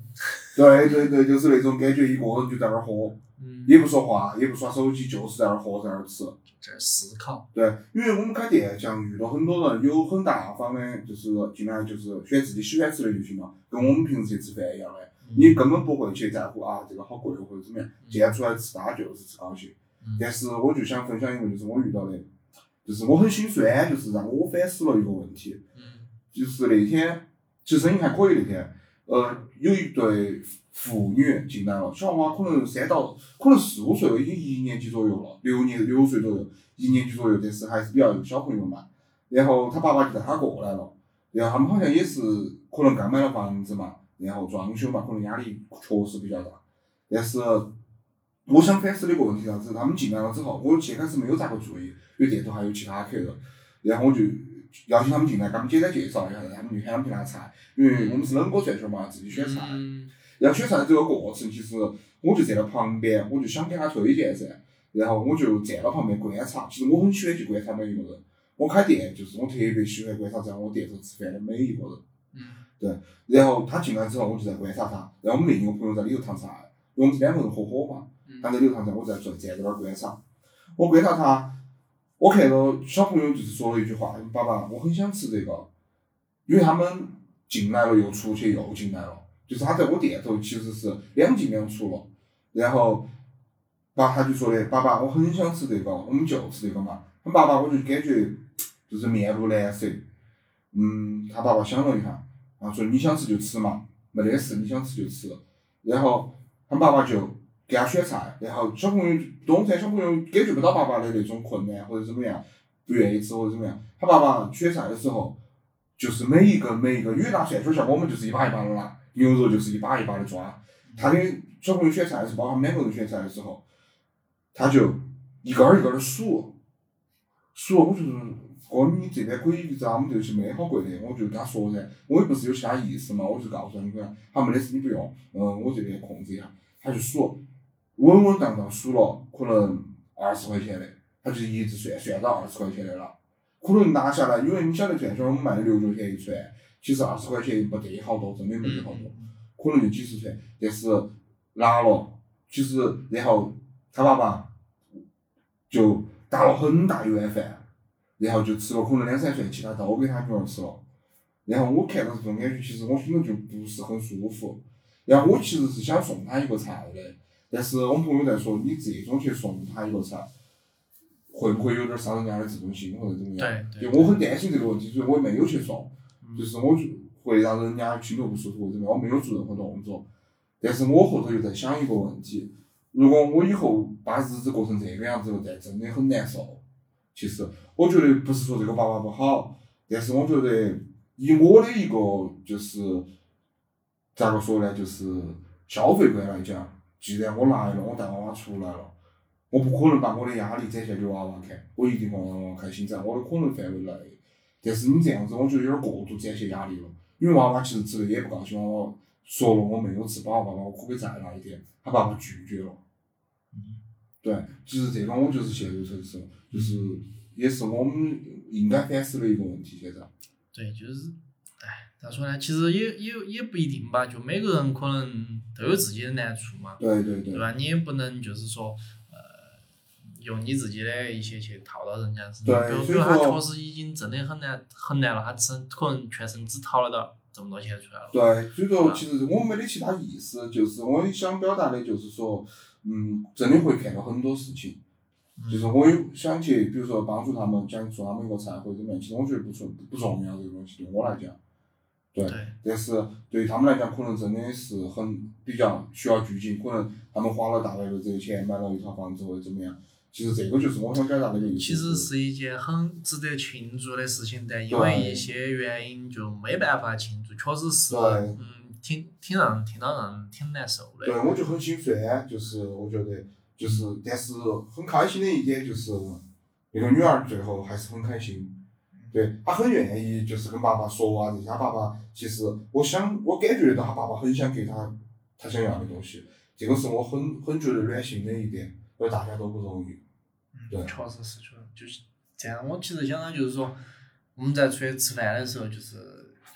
对对对，就是那种感觉，一个人就在那儿喝， 嗯， 也不说话，也不耍手机，就是在那儿喝，在那儿吃。 在思考。 对，因为我们开店，像遇到很多人，有很大方的，就是进来就是选自己喜欢吃的就行了，跟我们平时去吃饭一样的， 嗯、 你根本不会去在乎啊这个好贵或者怎么样，今天出来吃大家就是吃高兴。 嗯、 但是我就想分享一个，就是我遇到的，就是我很心酸，就是让我反思了一个问题， 嗯、 就是那天其实生意还可以那天，呃，有一对妇女进来了，小娃娃可能三到可能四五岁了，已经一年级左右了，六年六岁左右，一年级左右，但是还是比较小朋友嘛。然后他爸爸就带他过来了，然后他们好像也是可能刚买了房子嘛，然后装修嘛，可能压力确实比较大。但是我想反思的一个问题啥子？他们进来了之后，我一开始没有咋个注意，因为店头还有其他客人，然后我就邀请他们进来，给他们简单介绍一下，他们就喊他们去拿菜，因为我们是冷锅串串嘛，自己选菜。 嗯、 然后选菜这个过程，其实我就站在旁边，我就想给他推荐噻，然后我就站到旁边观察。其实我很喜欢去观察每一个人，我开店就是我特别喜欢观察在我店头吃饭的每一个人。 嗯。 对，然后他进来之后，我就在观察他，然后我们另一个朋友在里头烫菜，因为我们是两个人合伙嘛，他在里头烫菜，我在坐站在那儿观察。我观察他，我看到小朋友就是说了一句话：“爸爸，我很想吃这个。”因为他们进来了又出去又进来了，就是他在我店头其实是两进两出了。然后，爸他就说的：“爸爸，我很想吃这个，我们就吃这个嘛。”他爸爸我就感觉就是面露难色。嗯，他爸爸想了一下。啊，说你想吃就吃嘛，没得事，你想吃就吃。然后他爸爸就给他选菜，然后小朋友东山小朋友感觉不到爸爸的那种困难或者怎么样，不愿意吃或者怎么样。他爸爸选菜的时候，就是每一个每一个，因为拿涮串像我们就是一把一把的拿，牛肉就是一把一把的抓。他给小朋友选菜的时候，包括他们两个人选菜的时候，他就一根儿一根儿的数，数，我就是。哥，你这边可以咱们这些没好贵的，我就跟他说噻，我又不是有其他意思嘛，我就告诉他，你看，他没得事你不用，嗯，我这边控制一下，他就数，稳稳当当数了，可能二十块钱的，他就一直算算到二十块钱的了，可能拿下来，因为你晓得串串我们卖的六角钱一串，其实二十块钱没得好多，真的没得好多，可能就几十串，但是拿了，其实然后他爸爸就打了很大一碗饭。然后就吃了可能两三串，其他都给他女儿吃了。然后我看到这种感觉，其实我心里就不是很舒服。然后我其实是想送他一个菜的，但是我们朋友在说，你这种去送他一个菜，会不会有点伤人家的自尊心或者怎么样？ 对对。 就我很担心这个问题，所以我没有去送，嗯、就是我就会让人家心头不舒服或者怎么样，我没有做任何动作。但是我后头又在想一个问题，如果我以后把日子过成这个样子了，但真的很难受。其实，我觉得不是说这个爸爸不好，但是我觉得以我的一个就是咋个说呢，就是消费观来讲，既然我来了，我带娃娃出来了，我不可能把我的压力展现给娃娃看，我一定让娃娃开心，在我的可能范围内。但是你这样子，我觉得有点过度展现压力了，因为娃娃其实吃的也不高兴，娃娃说了我没有吃饱，爸爸我可不可以再来一点？他爸爸拒绝了。对，其实这个我就是陷入沉思，就是也是我们应该反思的一个问题。现在。 对，就是，哎，咋说呢？其实也也也不一定吧，就每个人可能都有自己的难处嘛。 对对对。 对吧？你也不能就是说，呃，用你自己的一些去套到人家身上。比如，比如他确实已经真的很难很难了，他只可能全身只掏得到这么多钱出来了。 对，所以说其实我没得其他意思，就是我想表达的就是说。嗯，真的会看到很多事情，嗯、就是我有想去，比如说帮助他们，讲送他们一个菜或者怎么样，其实我觉得不重不重要这个东西，对我来讲，对， 对但是对于他们来讲，可能真的是很比较需要拘谨，可能他们花了大把的这个钱买了一套房子或者怎么样，其实这个就是我想表达的意思。 其实是一件很值得庆祝的事情，但因为一些原因就没办法庆祝，确实是，嗯。挺挺让人听到让人挺难受的。 对，我就很心酸，就是我觉得，就是，但是很开心的一点就是，那个女儿最后还是很开心，对，她很愿意就是跟爸爸说啊这些，她爸爸其实我想我感觉得到她爸爸很想给她她想要的东西，这个是我很很觉得暖心的一点，因为大家都不容易。对。 确实是，确实就是这样。我其实想到就是说，我们在出去吃饭的时候，就是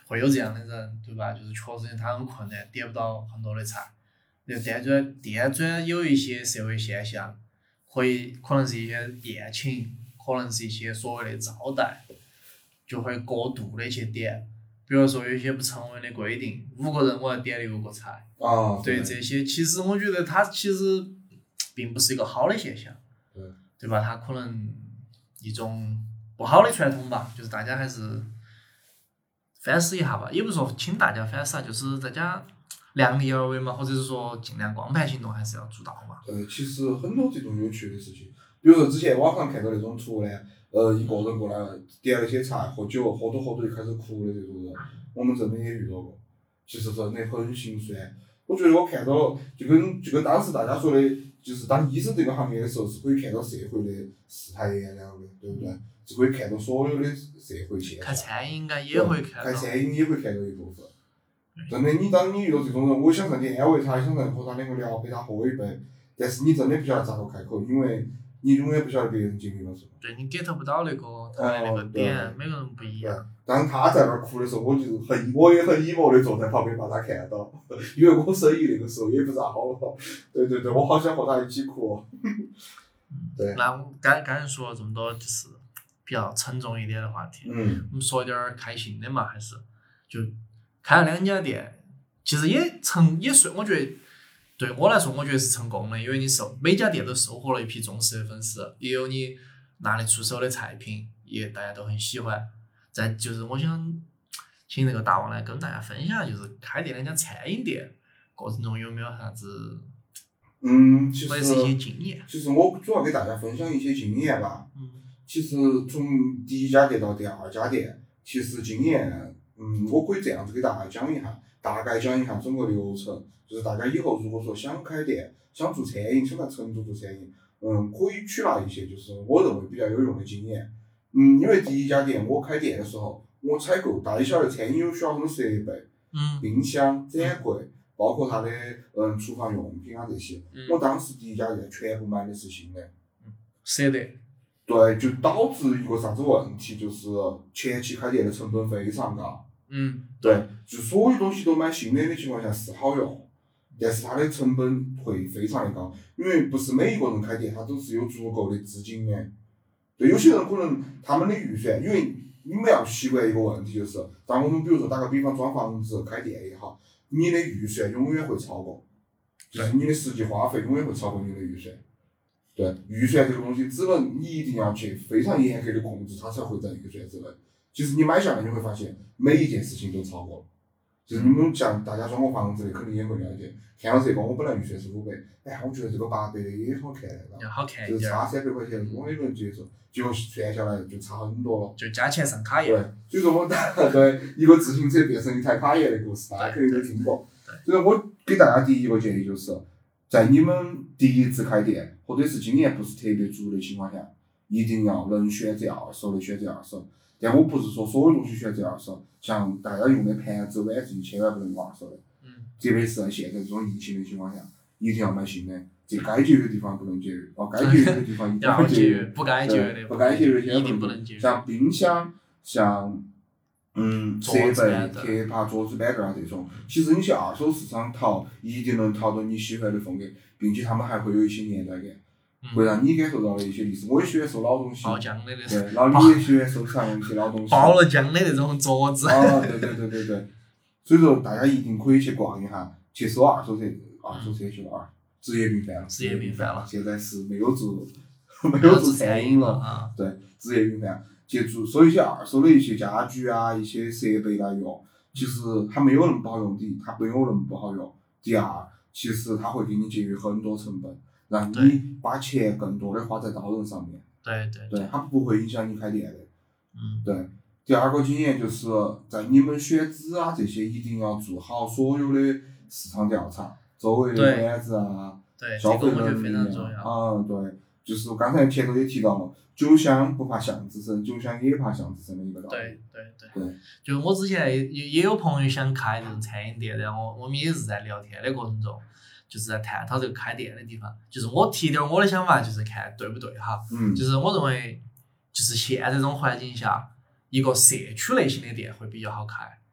会有这样的人，对吧？就是确实他很困难，点不到很多的菜。就店主店主有一些社会现象，可以可能是一些宴请，可能是一些所谓的招待，就会过度的去点。比如说有一些不成文的规定，五个人我要点六个菜。 啊， 对这些，其实我觉得它其实并不是一个好的现象， 对， 对吧？它可能一种不好的传统吧，就是大家还是反思一下吧，也不是说请大家反思啊，就是大家量力而为嘛，或者是说尽量光盘行动还是要做到嘛。 对，其实很多这种有趣的事情，比如说之前网上看到那种图呢，呃，一个人过来点了些菜，喝酒，喝着喝着就开始哭的这种人，我们真的也遇到过，其实真的很心酸。我觉得我看到就跟就跟当时大家说的，就是当医生这个行业的时候，是可以看到社会的世态炎凉的，对不对？是可以看到所有的社会现象。 看餐饮应该也会看到。 看餐饮也会看到一部分。真的，你当你遇到这种人，我想上去安慰他，想上去和他两个聊，陪他喝一杯，但是你真的不晓得咋个开口，因为你永远不晓得别人经历了什么。 对，你 get 不到那个他的那个点， 哦、 每个人不一样。 当他在那儿哭的时候，我就很，我也很 emo 的坐在旁边把他看到，因为我生意那个时候也不咋好了。对对对，我好想和他一起哭。对。 那我刚刚才说了这么多，就是比较沉重一点的话题。 嗯。 我们说一点儿开心的嘛，还是就开了两家店，其实也成也算，我觉得对我来说，我觉得是成功的，因为你收每家店都收获了一批忠实的粉丝，也有你拿得出手的菜品，也大家都很喜欢。再就是我想请那个大王来跟大家分享，就是开店那家餐饮店过程中有没有啥子， 嗯，其实或者是一些经验。 其实我主要给大家分享一些经验吧。 嗯。 其实从第一家店到第二家店，其实经验，嗯，我可以这样子给大家讲一下，大概讲一下整个流程。就是大家以后如果说想开店，想做餐饮，想在成都做餐饮，嗯，可以取纳一些就是我认为比较有用的经验。嗯，因为第一家店我开店的时候，我采购，大家晓得餐饮有需要很多设备， 嗯， 冰箱、展柜，包括它的嗯厨房用品啊这些。 嗯、 我当时第一家店全部买的是新的。 嗯，舍得。 对，就导致一个啥子问题，就是前期开店的成本非常高。 嗯。 对，就所有东西都买新的的情况下是好用，但是它的成本会非常的高，因为不是每一个人开店他都是有足够的资金的。对，有些人可能他们的预算，因为你们要习惯一个问题，就是当我们比如说打个比方装房子、开店也好，你的预算永远会超过，就是你的实际花费永远会超过你的预算。对，预算这个东西只能你一定要去非常严格的控制，它才会在预算之内。其实你买下来你会发现，每一件事情都超过了。就是你们像大家装过房子的，肯定也会了解。看到这个，我本来预算是五百，哎，我觉得这个八百的也好看， 要好看一点， 就是差三百块钱我也能接受，结果算下来就差很多了。 就加钱上卡宴。 对，所以说我对一个自行车变成一台卡宴的故事，大家肯定都听过。所以我给大家第一个建议就是，在你们第一次开店或者是经验不是特别足的情况下，一定要能选择二手的选择二手。但我不是说所有东西选择二手，像大家用的盘子、碗具，千万不能用二手的。 嗯。 特别是在现在这种疫情的情况下，一定要买新的。这该节约的地方不能节约，哦，该节约的地方一定要节约。 不该节约的， 不该节约一定不能节约。 像冰箱，像嗯设备、铁耙、桌子、板凳啊这种，其实你去二手市场淘，一定能淘到你喜欢的风格，并且他们还会有一些年代感。会让你感受到的一些历史，我也喜欢收老东西。 爆浆的那种。 对，然后你也喜欢收藏一些老东西。 爆了浆的那种桌子。 啊，对对对对对。所以说，大家一定可以去逛一下，去收二手车，二手车就二，职业病犯了。 职业病犯了。 现在是没有做，没有做餐饮了。 啊。 对，职业病犯，去做收一些二手的一些家具啊，一些设备来用，其实它没有那么不好用。第一，它没有那么不好用；第二，其实它会给你节约很多成本。让你把钱更多的花在刀刃上面。 对对对，它不会影响你开店的。 嗯。 对，第二个经验就是在你们选址啊这些一定要做好所有的市场调查，周围的馆子啊，消费能力啊，对，就是刚才前头也提到了，酒香不怕巷子深，酒香也怕巷子深的一个道理。 对对对。 对。 就我之前也也有朋友想开这种餐饮店，然后我们也是在聊天的过程中。就是在探讨这个开店的地方，就是我提点我的想法，就是看对不对哈。 嗯。 就是我认为，就是现在这种环境下，一个社区类型的店会比较好开，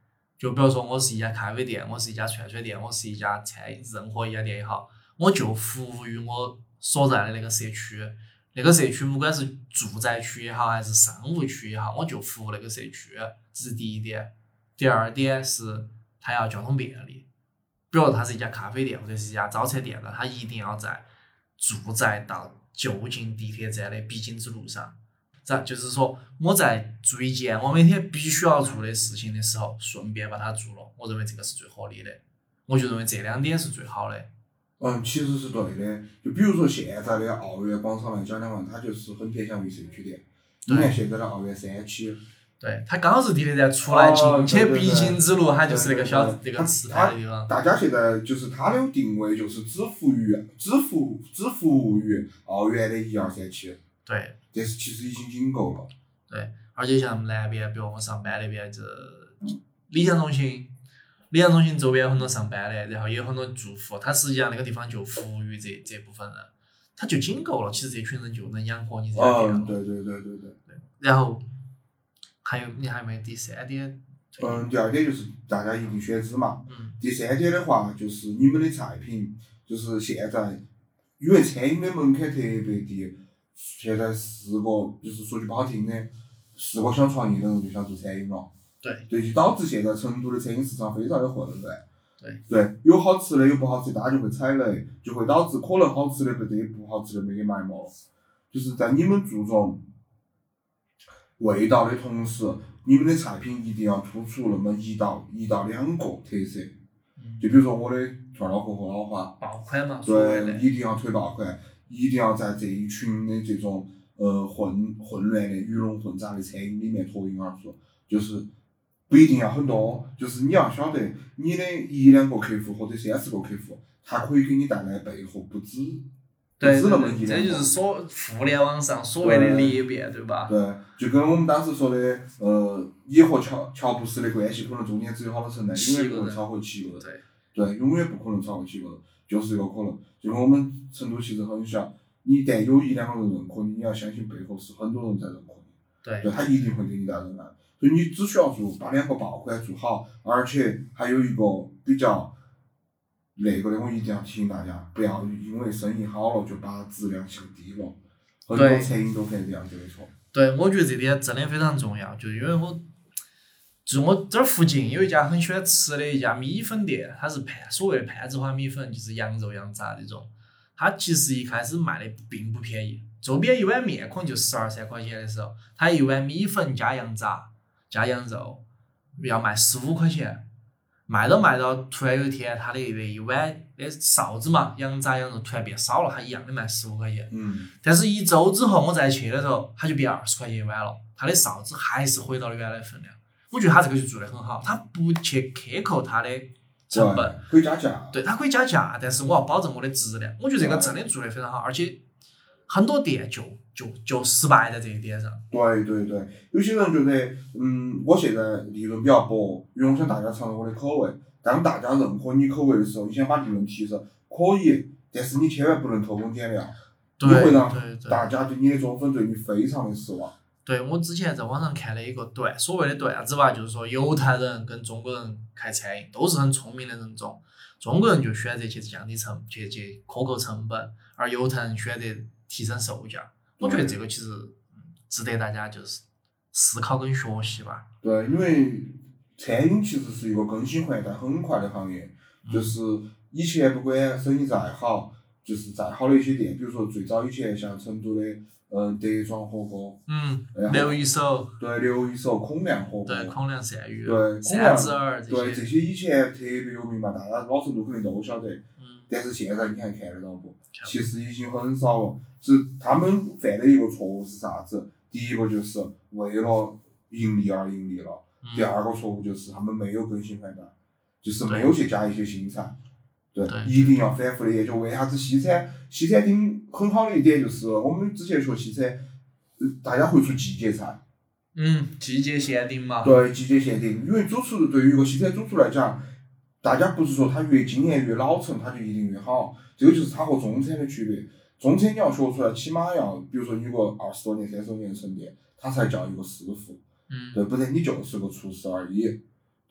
就比如说我是一家咖啡店，我是一家串串店，我是一家餐任何一家店也好，我就服务于我所在的那个社区。那个社区不管是住宅区也好，还是商务区也好，我就服务那个社区，这是第一点。第二点是它要交通便利，比如它是一家咖啡店或者是一家早餐店的，它一定要在住宅到就近地铁站的必经之路上。这就是说我在做一件我每天必须要做的事情的时候，顺便把它做了，我认为这个是最合理的。我就认为这两点是最好的。 嗯，其实是对的。就比如说现在的奥园广场来讲的话，它就是很偏向于社区店。你看现在的奥园三期， 对，它刚好是地铁站出来进去必经之路，它对就是那个小对对那个吃饭的地方。 大家现在就是它的定位就是只服务于只服只服务于奥园的一二三期。 对， 这是其实已经仅够了。 对，而且像南边，比如我上班那边，这理想中心，理想中心周边有很多上班的，然后也有很多住户，他实际上那个地方就服务于这这部分人，他就仅够了。其实这群人就能养活你这家店了。 嗯，对对对对对。 对，然后还有你还有没有第三点？ 嗯，第二点就是大家一定选址嘛。 嗯。 第三点的话就是你们的菜品，就是现在因为餐饮的门槛特别低，现在是个就是说句不好听的，是个想创业的人就想做餐饮了。 对。 对，就导致现在成都的餐饮市场非常的混乱。 对。 对，有好吃的有不好吃的，大家就会踩雷，就会导致可能好吃的被这些不好吃的没给埋没了。就是在你们注重味道的同时，你们的菜品一定要突出那么一到一到两个特色。就比如说我的串儿脑壳和老花， 爆款嘛，所谓的对，一定要推爆款，一定要在这一群的这种呃混混乱的鱼龙混杂的餐饮里面脱颖而出。就是不一定要很多，就是你要晓得你的一两个客户或者三十个客户，他可以给你带来背后不止不对止那么对对， 一两个。 这就是所互联网上所谓的裂变，对吧？ 对，就跟我们当时说的，呃，你和乔乔布斯的关系可能中间只有好多层呢，永远不能超过七个人。 对。 对，永远不可能超过七个人，就是这个可能。就跟我们成都其实很小，你一旦有一两个人认可你，你要相信背后是很多人在认可你。 对。 对，他一定会给你带人来。所以你只需要做把两个爆款做好，而且还有一个比较那个的，我一定要提醒大家，不要因为生意好了就把质量降低了。很多餐饮都犯这样子的错。 对，我觉得这点真的非常重要，就因为我，就我这儿附近有一家很喜欢吃的一家米粉店，它是pan所谓的攀枝花米粉，就是羊肉羊杂这种。它其实一开始卖的并不便宜，周边一碗面可能就十二三块钱的时候，它一碗米粉加羊杂加羊肉要卖十五块钱。卖到卖到，突然有一天，他的那一碗的臊子嘛，羊杂羊肉突然变少了，他一样的卖十五块钱。 嗯。 但是，一周之后我再去的时候，它就变二十块钱一碗了，它的臊子还是回到了原来的分量。我觉得他这个就做得很好，他不去克扣他的成本， 可以加价。 对，他可以加价，但是我要保证我的质量。我觉得这个真的做得非常好，而且很多店就就就失败在这一点上。 对对对，有些人觉得，嗯，我现在利润比较薄，因为我想大家尝尝我的口味。当大家认可你口味的时候，你想把利润提升，可以，但是你千万不能偷工减料，你会让大家对你的中粉对你非常的失望。 对，我之前在网上看了一个段，所谓的段子吧，就是说犹太人跟中国人开餐饮都是很聪明的人种，中国人就选择去降低成去去克扣成本，而犹太人选择提升售价。我觉得这个其实值得大家就是思考跟学习吧。 对，因为餐饮其实是一个更新换代很快的行业， 嗯、 就是以前不管生意再好，就是再好的一些店，比如说最早以前像成都的。嗯，德庄火锅， 嗯，刘一手， 对，刘一手孔亮火锅， 对，孔亮鳝鱼， 对， 三只耳这些， 对，这些以前特别有名嘛，大家老成都肯定都晓得。 嗯。 但是现在你还看得到不？其实已经很少了。是他们犯的一个错误是啥子？第一个就是为了盈利而盈利了， 嗯、 第二个错误就是他们没有更新换代，就是没有去加一些新菜。对， 对一定要反复的研究。为啥子西餐西餐厅很好的一点就是，我们之前学西餐，大家会出季节菜。 嗯，季节限定嘛。 对，季节限定，因为主厨对于一个西餐主厨来讲，大家不是说他越经验越老成，他就一定越好。这个就是他和中餐的区别。中餐你要学出来，起码要，比如说你有个二十多年、三十多年的沉淀，他才叫一个师傅。 嗯。 对，不然你就是个厨师而已。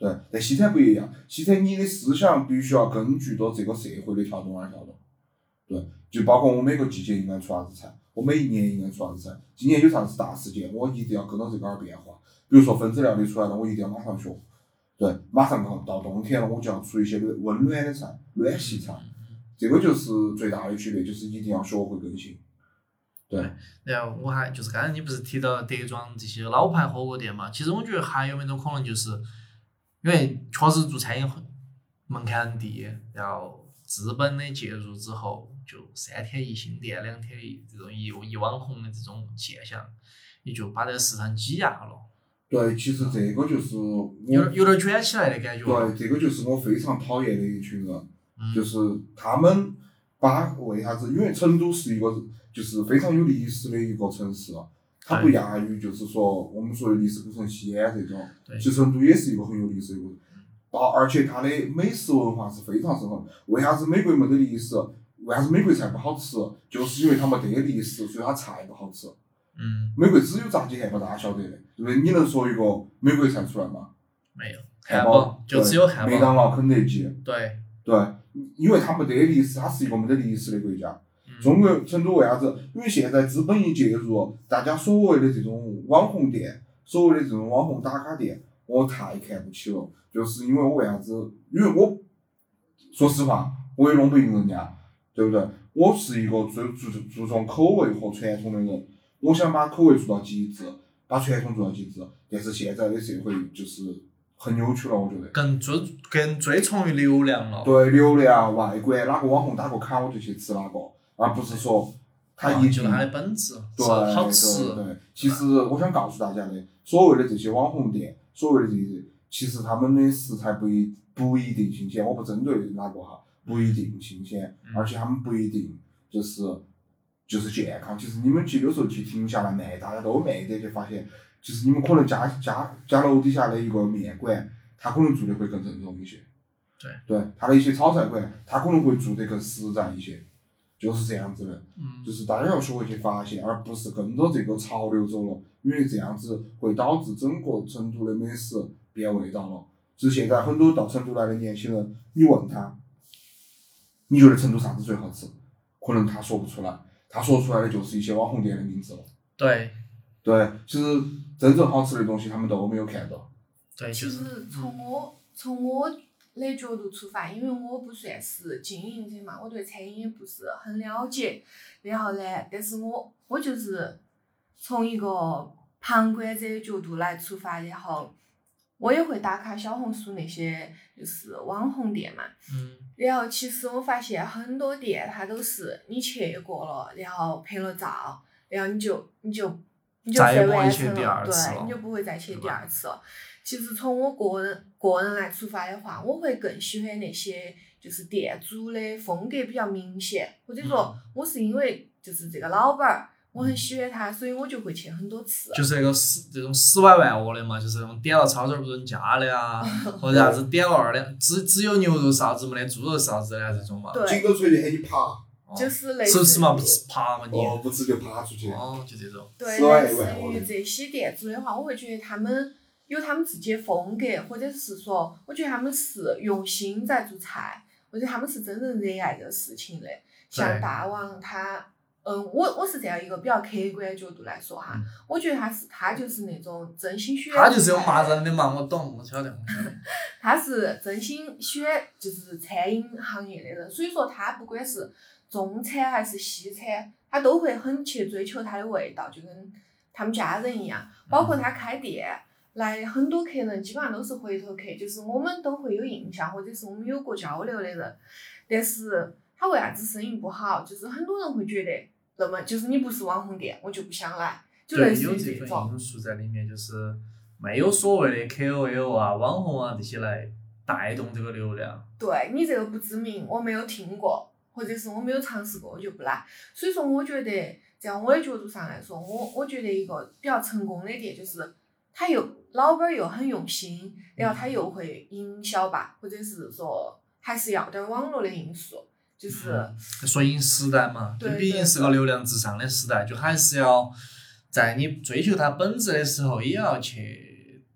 对，但西餐不一样，西餐你的思想必须要根据着这个社会的跳动而跳动。对，就包括我每个季节应该出啥子菜，我每一年应该出啥子菜，今年有啥子大事件，我一定要跟到这个而变化。比如说分子料理出来了，我一定要马上学。对，马上到冬天了，我就要出一些温暖的菜，暖系菜。这个就是最大的区别，就是一定要学会更新。对。 然后我还就是刚才你不是提到德庄这些老牌火锅店嘛？其实我觉得还有没种可能，就是因为确实做餐饮门槛很低，然后资本的介入之后，就三天一新店，两天一这种一一网红的这种现象，也就把这个市场挤压了。 对，其实这个就是我有有点卷起来的感觉。 对，这个就是我非常讨厌的一群人， 嗯、 就是他们把为啥子？因为成都是一个就是非常有历史的一个城市，它不亚于就是说我们说的历史古城西安这种。其实成都也是一个很有历史的一个，到而且它的美食文化是非常深厚。为啥子美国没得历史？为啥子美国菜不好吃？就是因为它没得历史，所以它菜不好吃。 嗯。 美国只有炸鸡汉堡，大家晓得的，对不对？你能说一个美国菜出来吗？ 没有。 汉堡就只有汉堡。 麦当劳、肯德基。 对。 对，因为它没得历史，它是一个没得历史的国家。 嗯、 中国成都为啥子？因为现在资本一介入，大家所谓的这种网红店，所谓的这种网红打卡店，我太看不起了。就是因为我为啥子？因为我说实话，我也弄不赢人家，对不对？我是一个最注注重口味和传统的人，我想把口味做到极致，把传统做到极致。但是现在的社会就是很扭曲了，我觉得。 更追更追从于流量了。 对，流量、外观，哪个网红打个卡我就去吃哪个，而不是说他一定。 就是它的本质。 对好吃。 对对，其实我想告诉大家的，所谓的这些网红店，所谓的这些，其实他们的食材不一不一定新鲜，我不针对哪个哈，不一定新鲜， 嗯、 而且他们不一定就是就是健康。其实你们去有时候去停下来卖，大家都卖的，就发现，其实你们可能家家家楼底下的一个面馆，他可能做的会更正宗一些。 对。 对，他的一些炒菜馆，他可能会做得更实在一些。就是这样子的， 嗯、 就是大家要学会去发现，而不是跟着这个潮流走了，因为这样子会导致整个成都的美食变味道了。就是现在很多到成都来的年轻人，你问他，你觉得成都啥子最好吃？可能他说不出来，他说出来的就是一些网红店的名字了。 对。 对，其实真正好吃的东西他们都没有看到。 对， 其实从我从我的角度出发，因为我不算是经营者嘛，我对餐饮也不是很了解。然后呢，但是我我就是从一个旁观者的角度来出发，然后我也会打卡小红书那些就是网红店嘛。 嗯。 然后其实我发现很多店它都是你去过了，然后拍了照，然后你就你就你就算完成了，对，你就不会再去第二次了。其实从我个人个人来出发的话，我会更喜欢那些就是店主的风格比较明显，或者说我是因为就是这个老板儿，我很喜欢他，所以我就会去很多次。 就是那个十这种十万万恶的嘛，就是那种点了超市不准加的啊，或者啥子点了二两只只有牛肉臊子没得猪肉臊子的啊这种嘛。 对。 紧跟随就喊你爬。 就是类似。 吃吃嘛，不吃爬嘛你。 哦，不吃就爬出去。 哦，就这种。 对，类似于这些店主的话，我会觉得他们有他们自己的风格，或者是说，我觉得他们是用心在做菜，或者他们是真正热爱这个事情的。像大王他，嗯，我我是这样一个比较客观的角度来说哈，嗯、我觉得他是他就是那种真心喜欢。 他就是有骂人的嘛，我懂，我晓得，我晓得。 他是真心喜欢就是餐饮行业的人，所以说他不管是中餐还是西餐，他都会很去追求它的味道，就跟他们家人一样。包括他开店来很多客人基本上都是回头客，就是我们都会有印象，或者是我们有过交流的人。但是他为啥子生意不好？就是很多人会觉得，那么就是你不是网红店，我就不想来，就类似于这种。 对，有这份因素在里面，就是没有所谓的 K O L 啊、网红啊这些来带动这个流量。 对，你这个不知名，我没有听过。或者是我没有尝试过，我就不来。所以说，我觉得在我的角度上来说，我我觉得一个比较成功的店就是，他又老板又很用心，然后他又会营销吧，或者是说还是要点网络的因素，就是。 嗯、顺应时代嘛， 对对对， 毕竟是个流量至上的时代，就还是要在你追求它本质的时候，也要去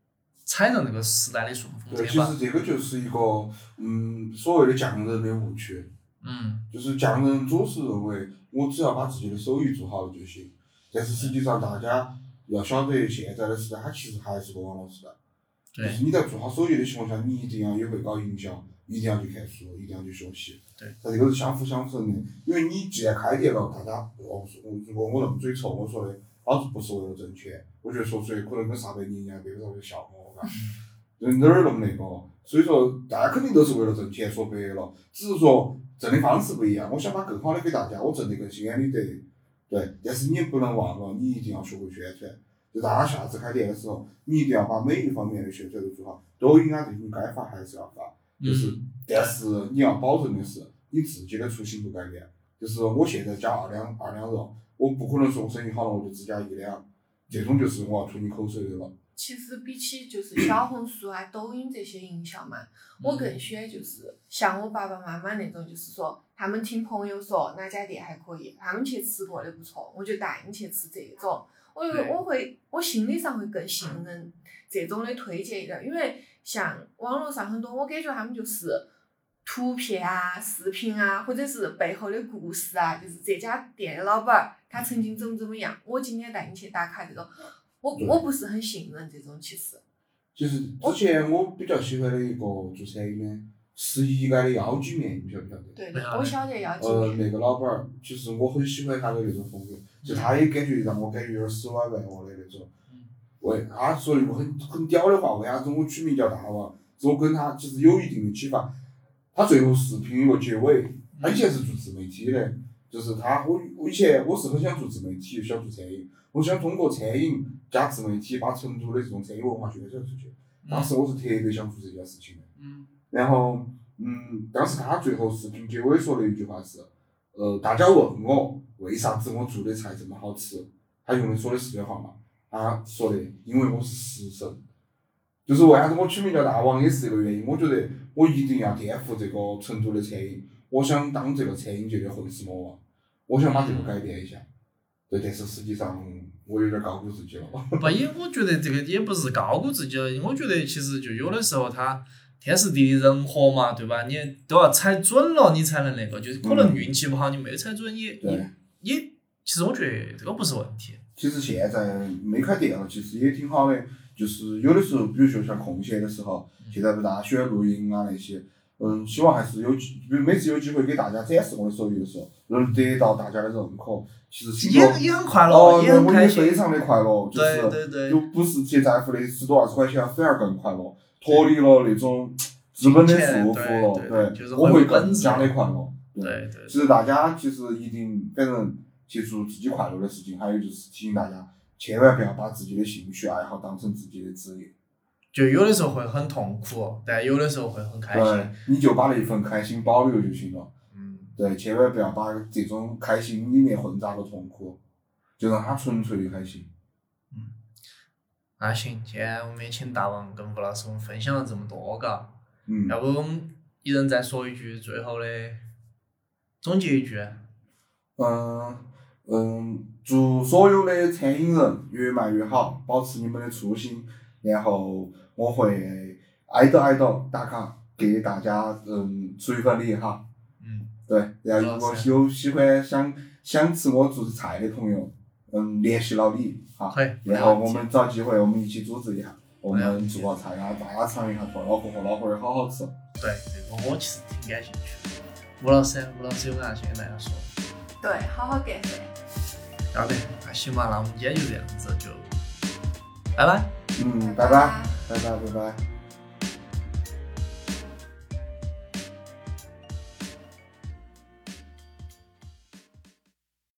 踩着那个时代的顺风对， 车吧。 其实这个就是一个嗯所谓的匠人的误区。 嗯。 就是匠人总是认为我只要把自己的手艺做好了就行，但是实际上大家要晓得，现在的时代它其实还是个网络时代。就是你在做好手艺的情况下，你一定要也会搞营销，一定要去看书，一定要去学习。 对。 它这个是相辅相成的，因为你既然开店了，大家哦，如果我那么嘴臭，我说的老子不是为了挣钱，我觉得说出来可能跟撒贝宁一样，别个会笑我，嘎。人哪儿那么那个？所以说，大家肯定都是为了挣钱，说白了，只是说挣的方式不一样。我想把更好的给大家，我挣得更心安理得。对，但是你不能忘了，你一定要学会宣传。就大家下次开店的时候，你一定要把每一方面的宣传都做好。抖音啊这种该发还是要发，就是， 嗯、 但是你要保证的是你自己的初心不改变。就是我现在加二两二两肉，我不可能说我生意好了我就只加一两，这种就是我要吐你口水的了。 其实比起就是小红书啊、抖音这些营销嘛，我更喜欢就是像我爸爸妈妈那种，就是说他们听朋友说哪家店还可以，他们去吃过的不错，我就带你去吃这种。我我会我心理上会更信任这种的推荐一点，因为像网络上很多，我感觉他们就是图片啊、视频啊，或者是背后的故事啊，就是这家店的老板他曾经怎么怎么样，我今天带你去打卡这种。我我不是很信任这种，其实。 其实之前我比较喜欢的一个做餐饮的，十一街的腰鸡面，你晓不晓得？ 对对，我晓得腰鸡面。 呃， 那个老板儿，其实我很喜欢他的那种风格，就他也感觉让我感觉有点使歪歪我的那种。为他说了一个很很屌的话，为啥子我取名叫大王？是我跟他其实有一定的启发。他最后视频有个结尾，他以前是做自媒体的，就是他我我以前我是很想做自媒体，想做餐饮。我想通过餐饮加自媒体把成都的这种餐饮文化宣传出去。当时我是特别想做这件事情的。 嗯。 然后，嗯，当时他最后视频结尾说的一句话是，呃，大家问我为啥子我做的菜这么好吃，他用的说的是这话嘛？他说的，因为我是食神。就是为啥子我取名叫大王也是这个原因。我觉得我一定要颠覆这个成都的餐饮，我想当这个餐饮界的混世魔王，我想把这个改变一下。对，但是实际上我有点高估自己了。 不也，我觉得这个也不是高估自己了，我觉得其实就有的时候它天时地利人和嘛，对吧？你都要踩准了，你才能那个，就是可能运气不好，你没踩准也也也，其实我觉得这个不是问题。 其实现在没开店了，其实也挺好的。就是有的时候，比如说像空闲的时候，现在不大家喜欢露营啊那些，嗯，希望还是有，比如每次有机会给大家展示我的手艺的时候，能得到大家的认可，其实也也很快乐， 哦， 也很开心，非常的快乐，就是， 对对对， 就不是去在乎那十多二十块钱，反而更快乐，脱离了那种资本的束缚了， 对，就是我会更加的快乐。 对对。 其实大家其实一定反正去做自己快乐的事情，还有就是提醒大家，千万不要把自己的兴趣爱好当成自己的职业。 就有的时候会很痛苦，但有的时候会很开心。 对，你就把那份开心保留就行了。 嗯。 对，千万不要把这种开心里面混杂了痛苦，就让它纯粹的开心。 嗯。那行，今天我们也请大王跟吴老师我们分享了这么多，嘎。 嗯。 要不我们一人再说一句最后的总结一句。 嗯嗯，祝所有的餐饮人越卖越好，保持你们的初心，然后我会挨着挨着打卡给大家嗯出一份礼哈。 嗯。 对，然后如果有喜欢想想吃我做的菜的朋友，嗯，联系老李哈。 可以。 然后我们找机会我们一起组织一下，我们做个菜啊，大家尝一下做老火和老火的好好吃。 对，这个我其实挺感兴趣的。吴老师，吴老师有啥想跟大家说？ 对，好好干噻。 好的，那行吧，那我们今天就这样子，就拜拜。 嗯，拜拜，拜拜，拜拜。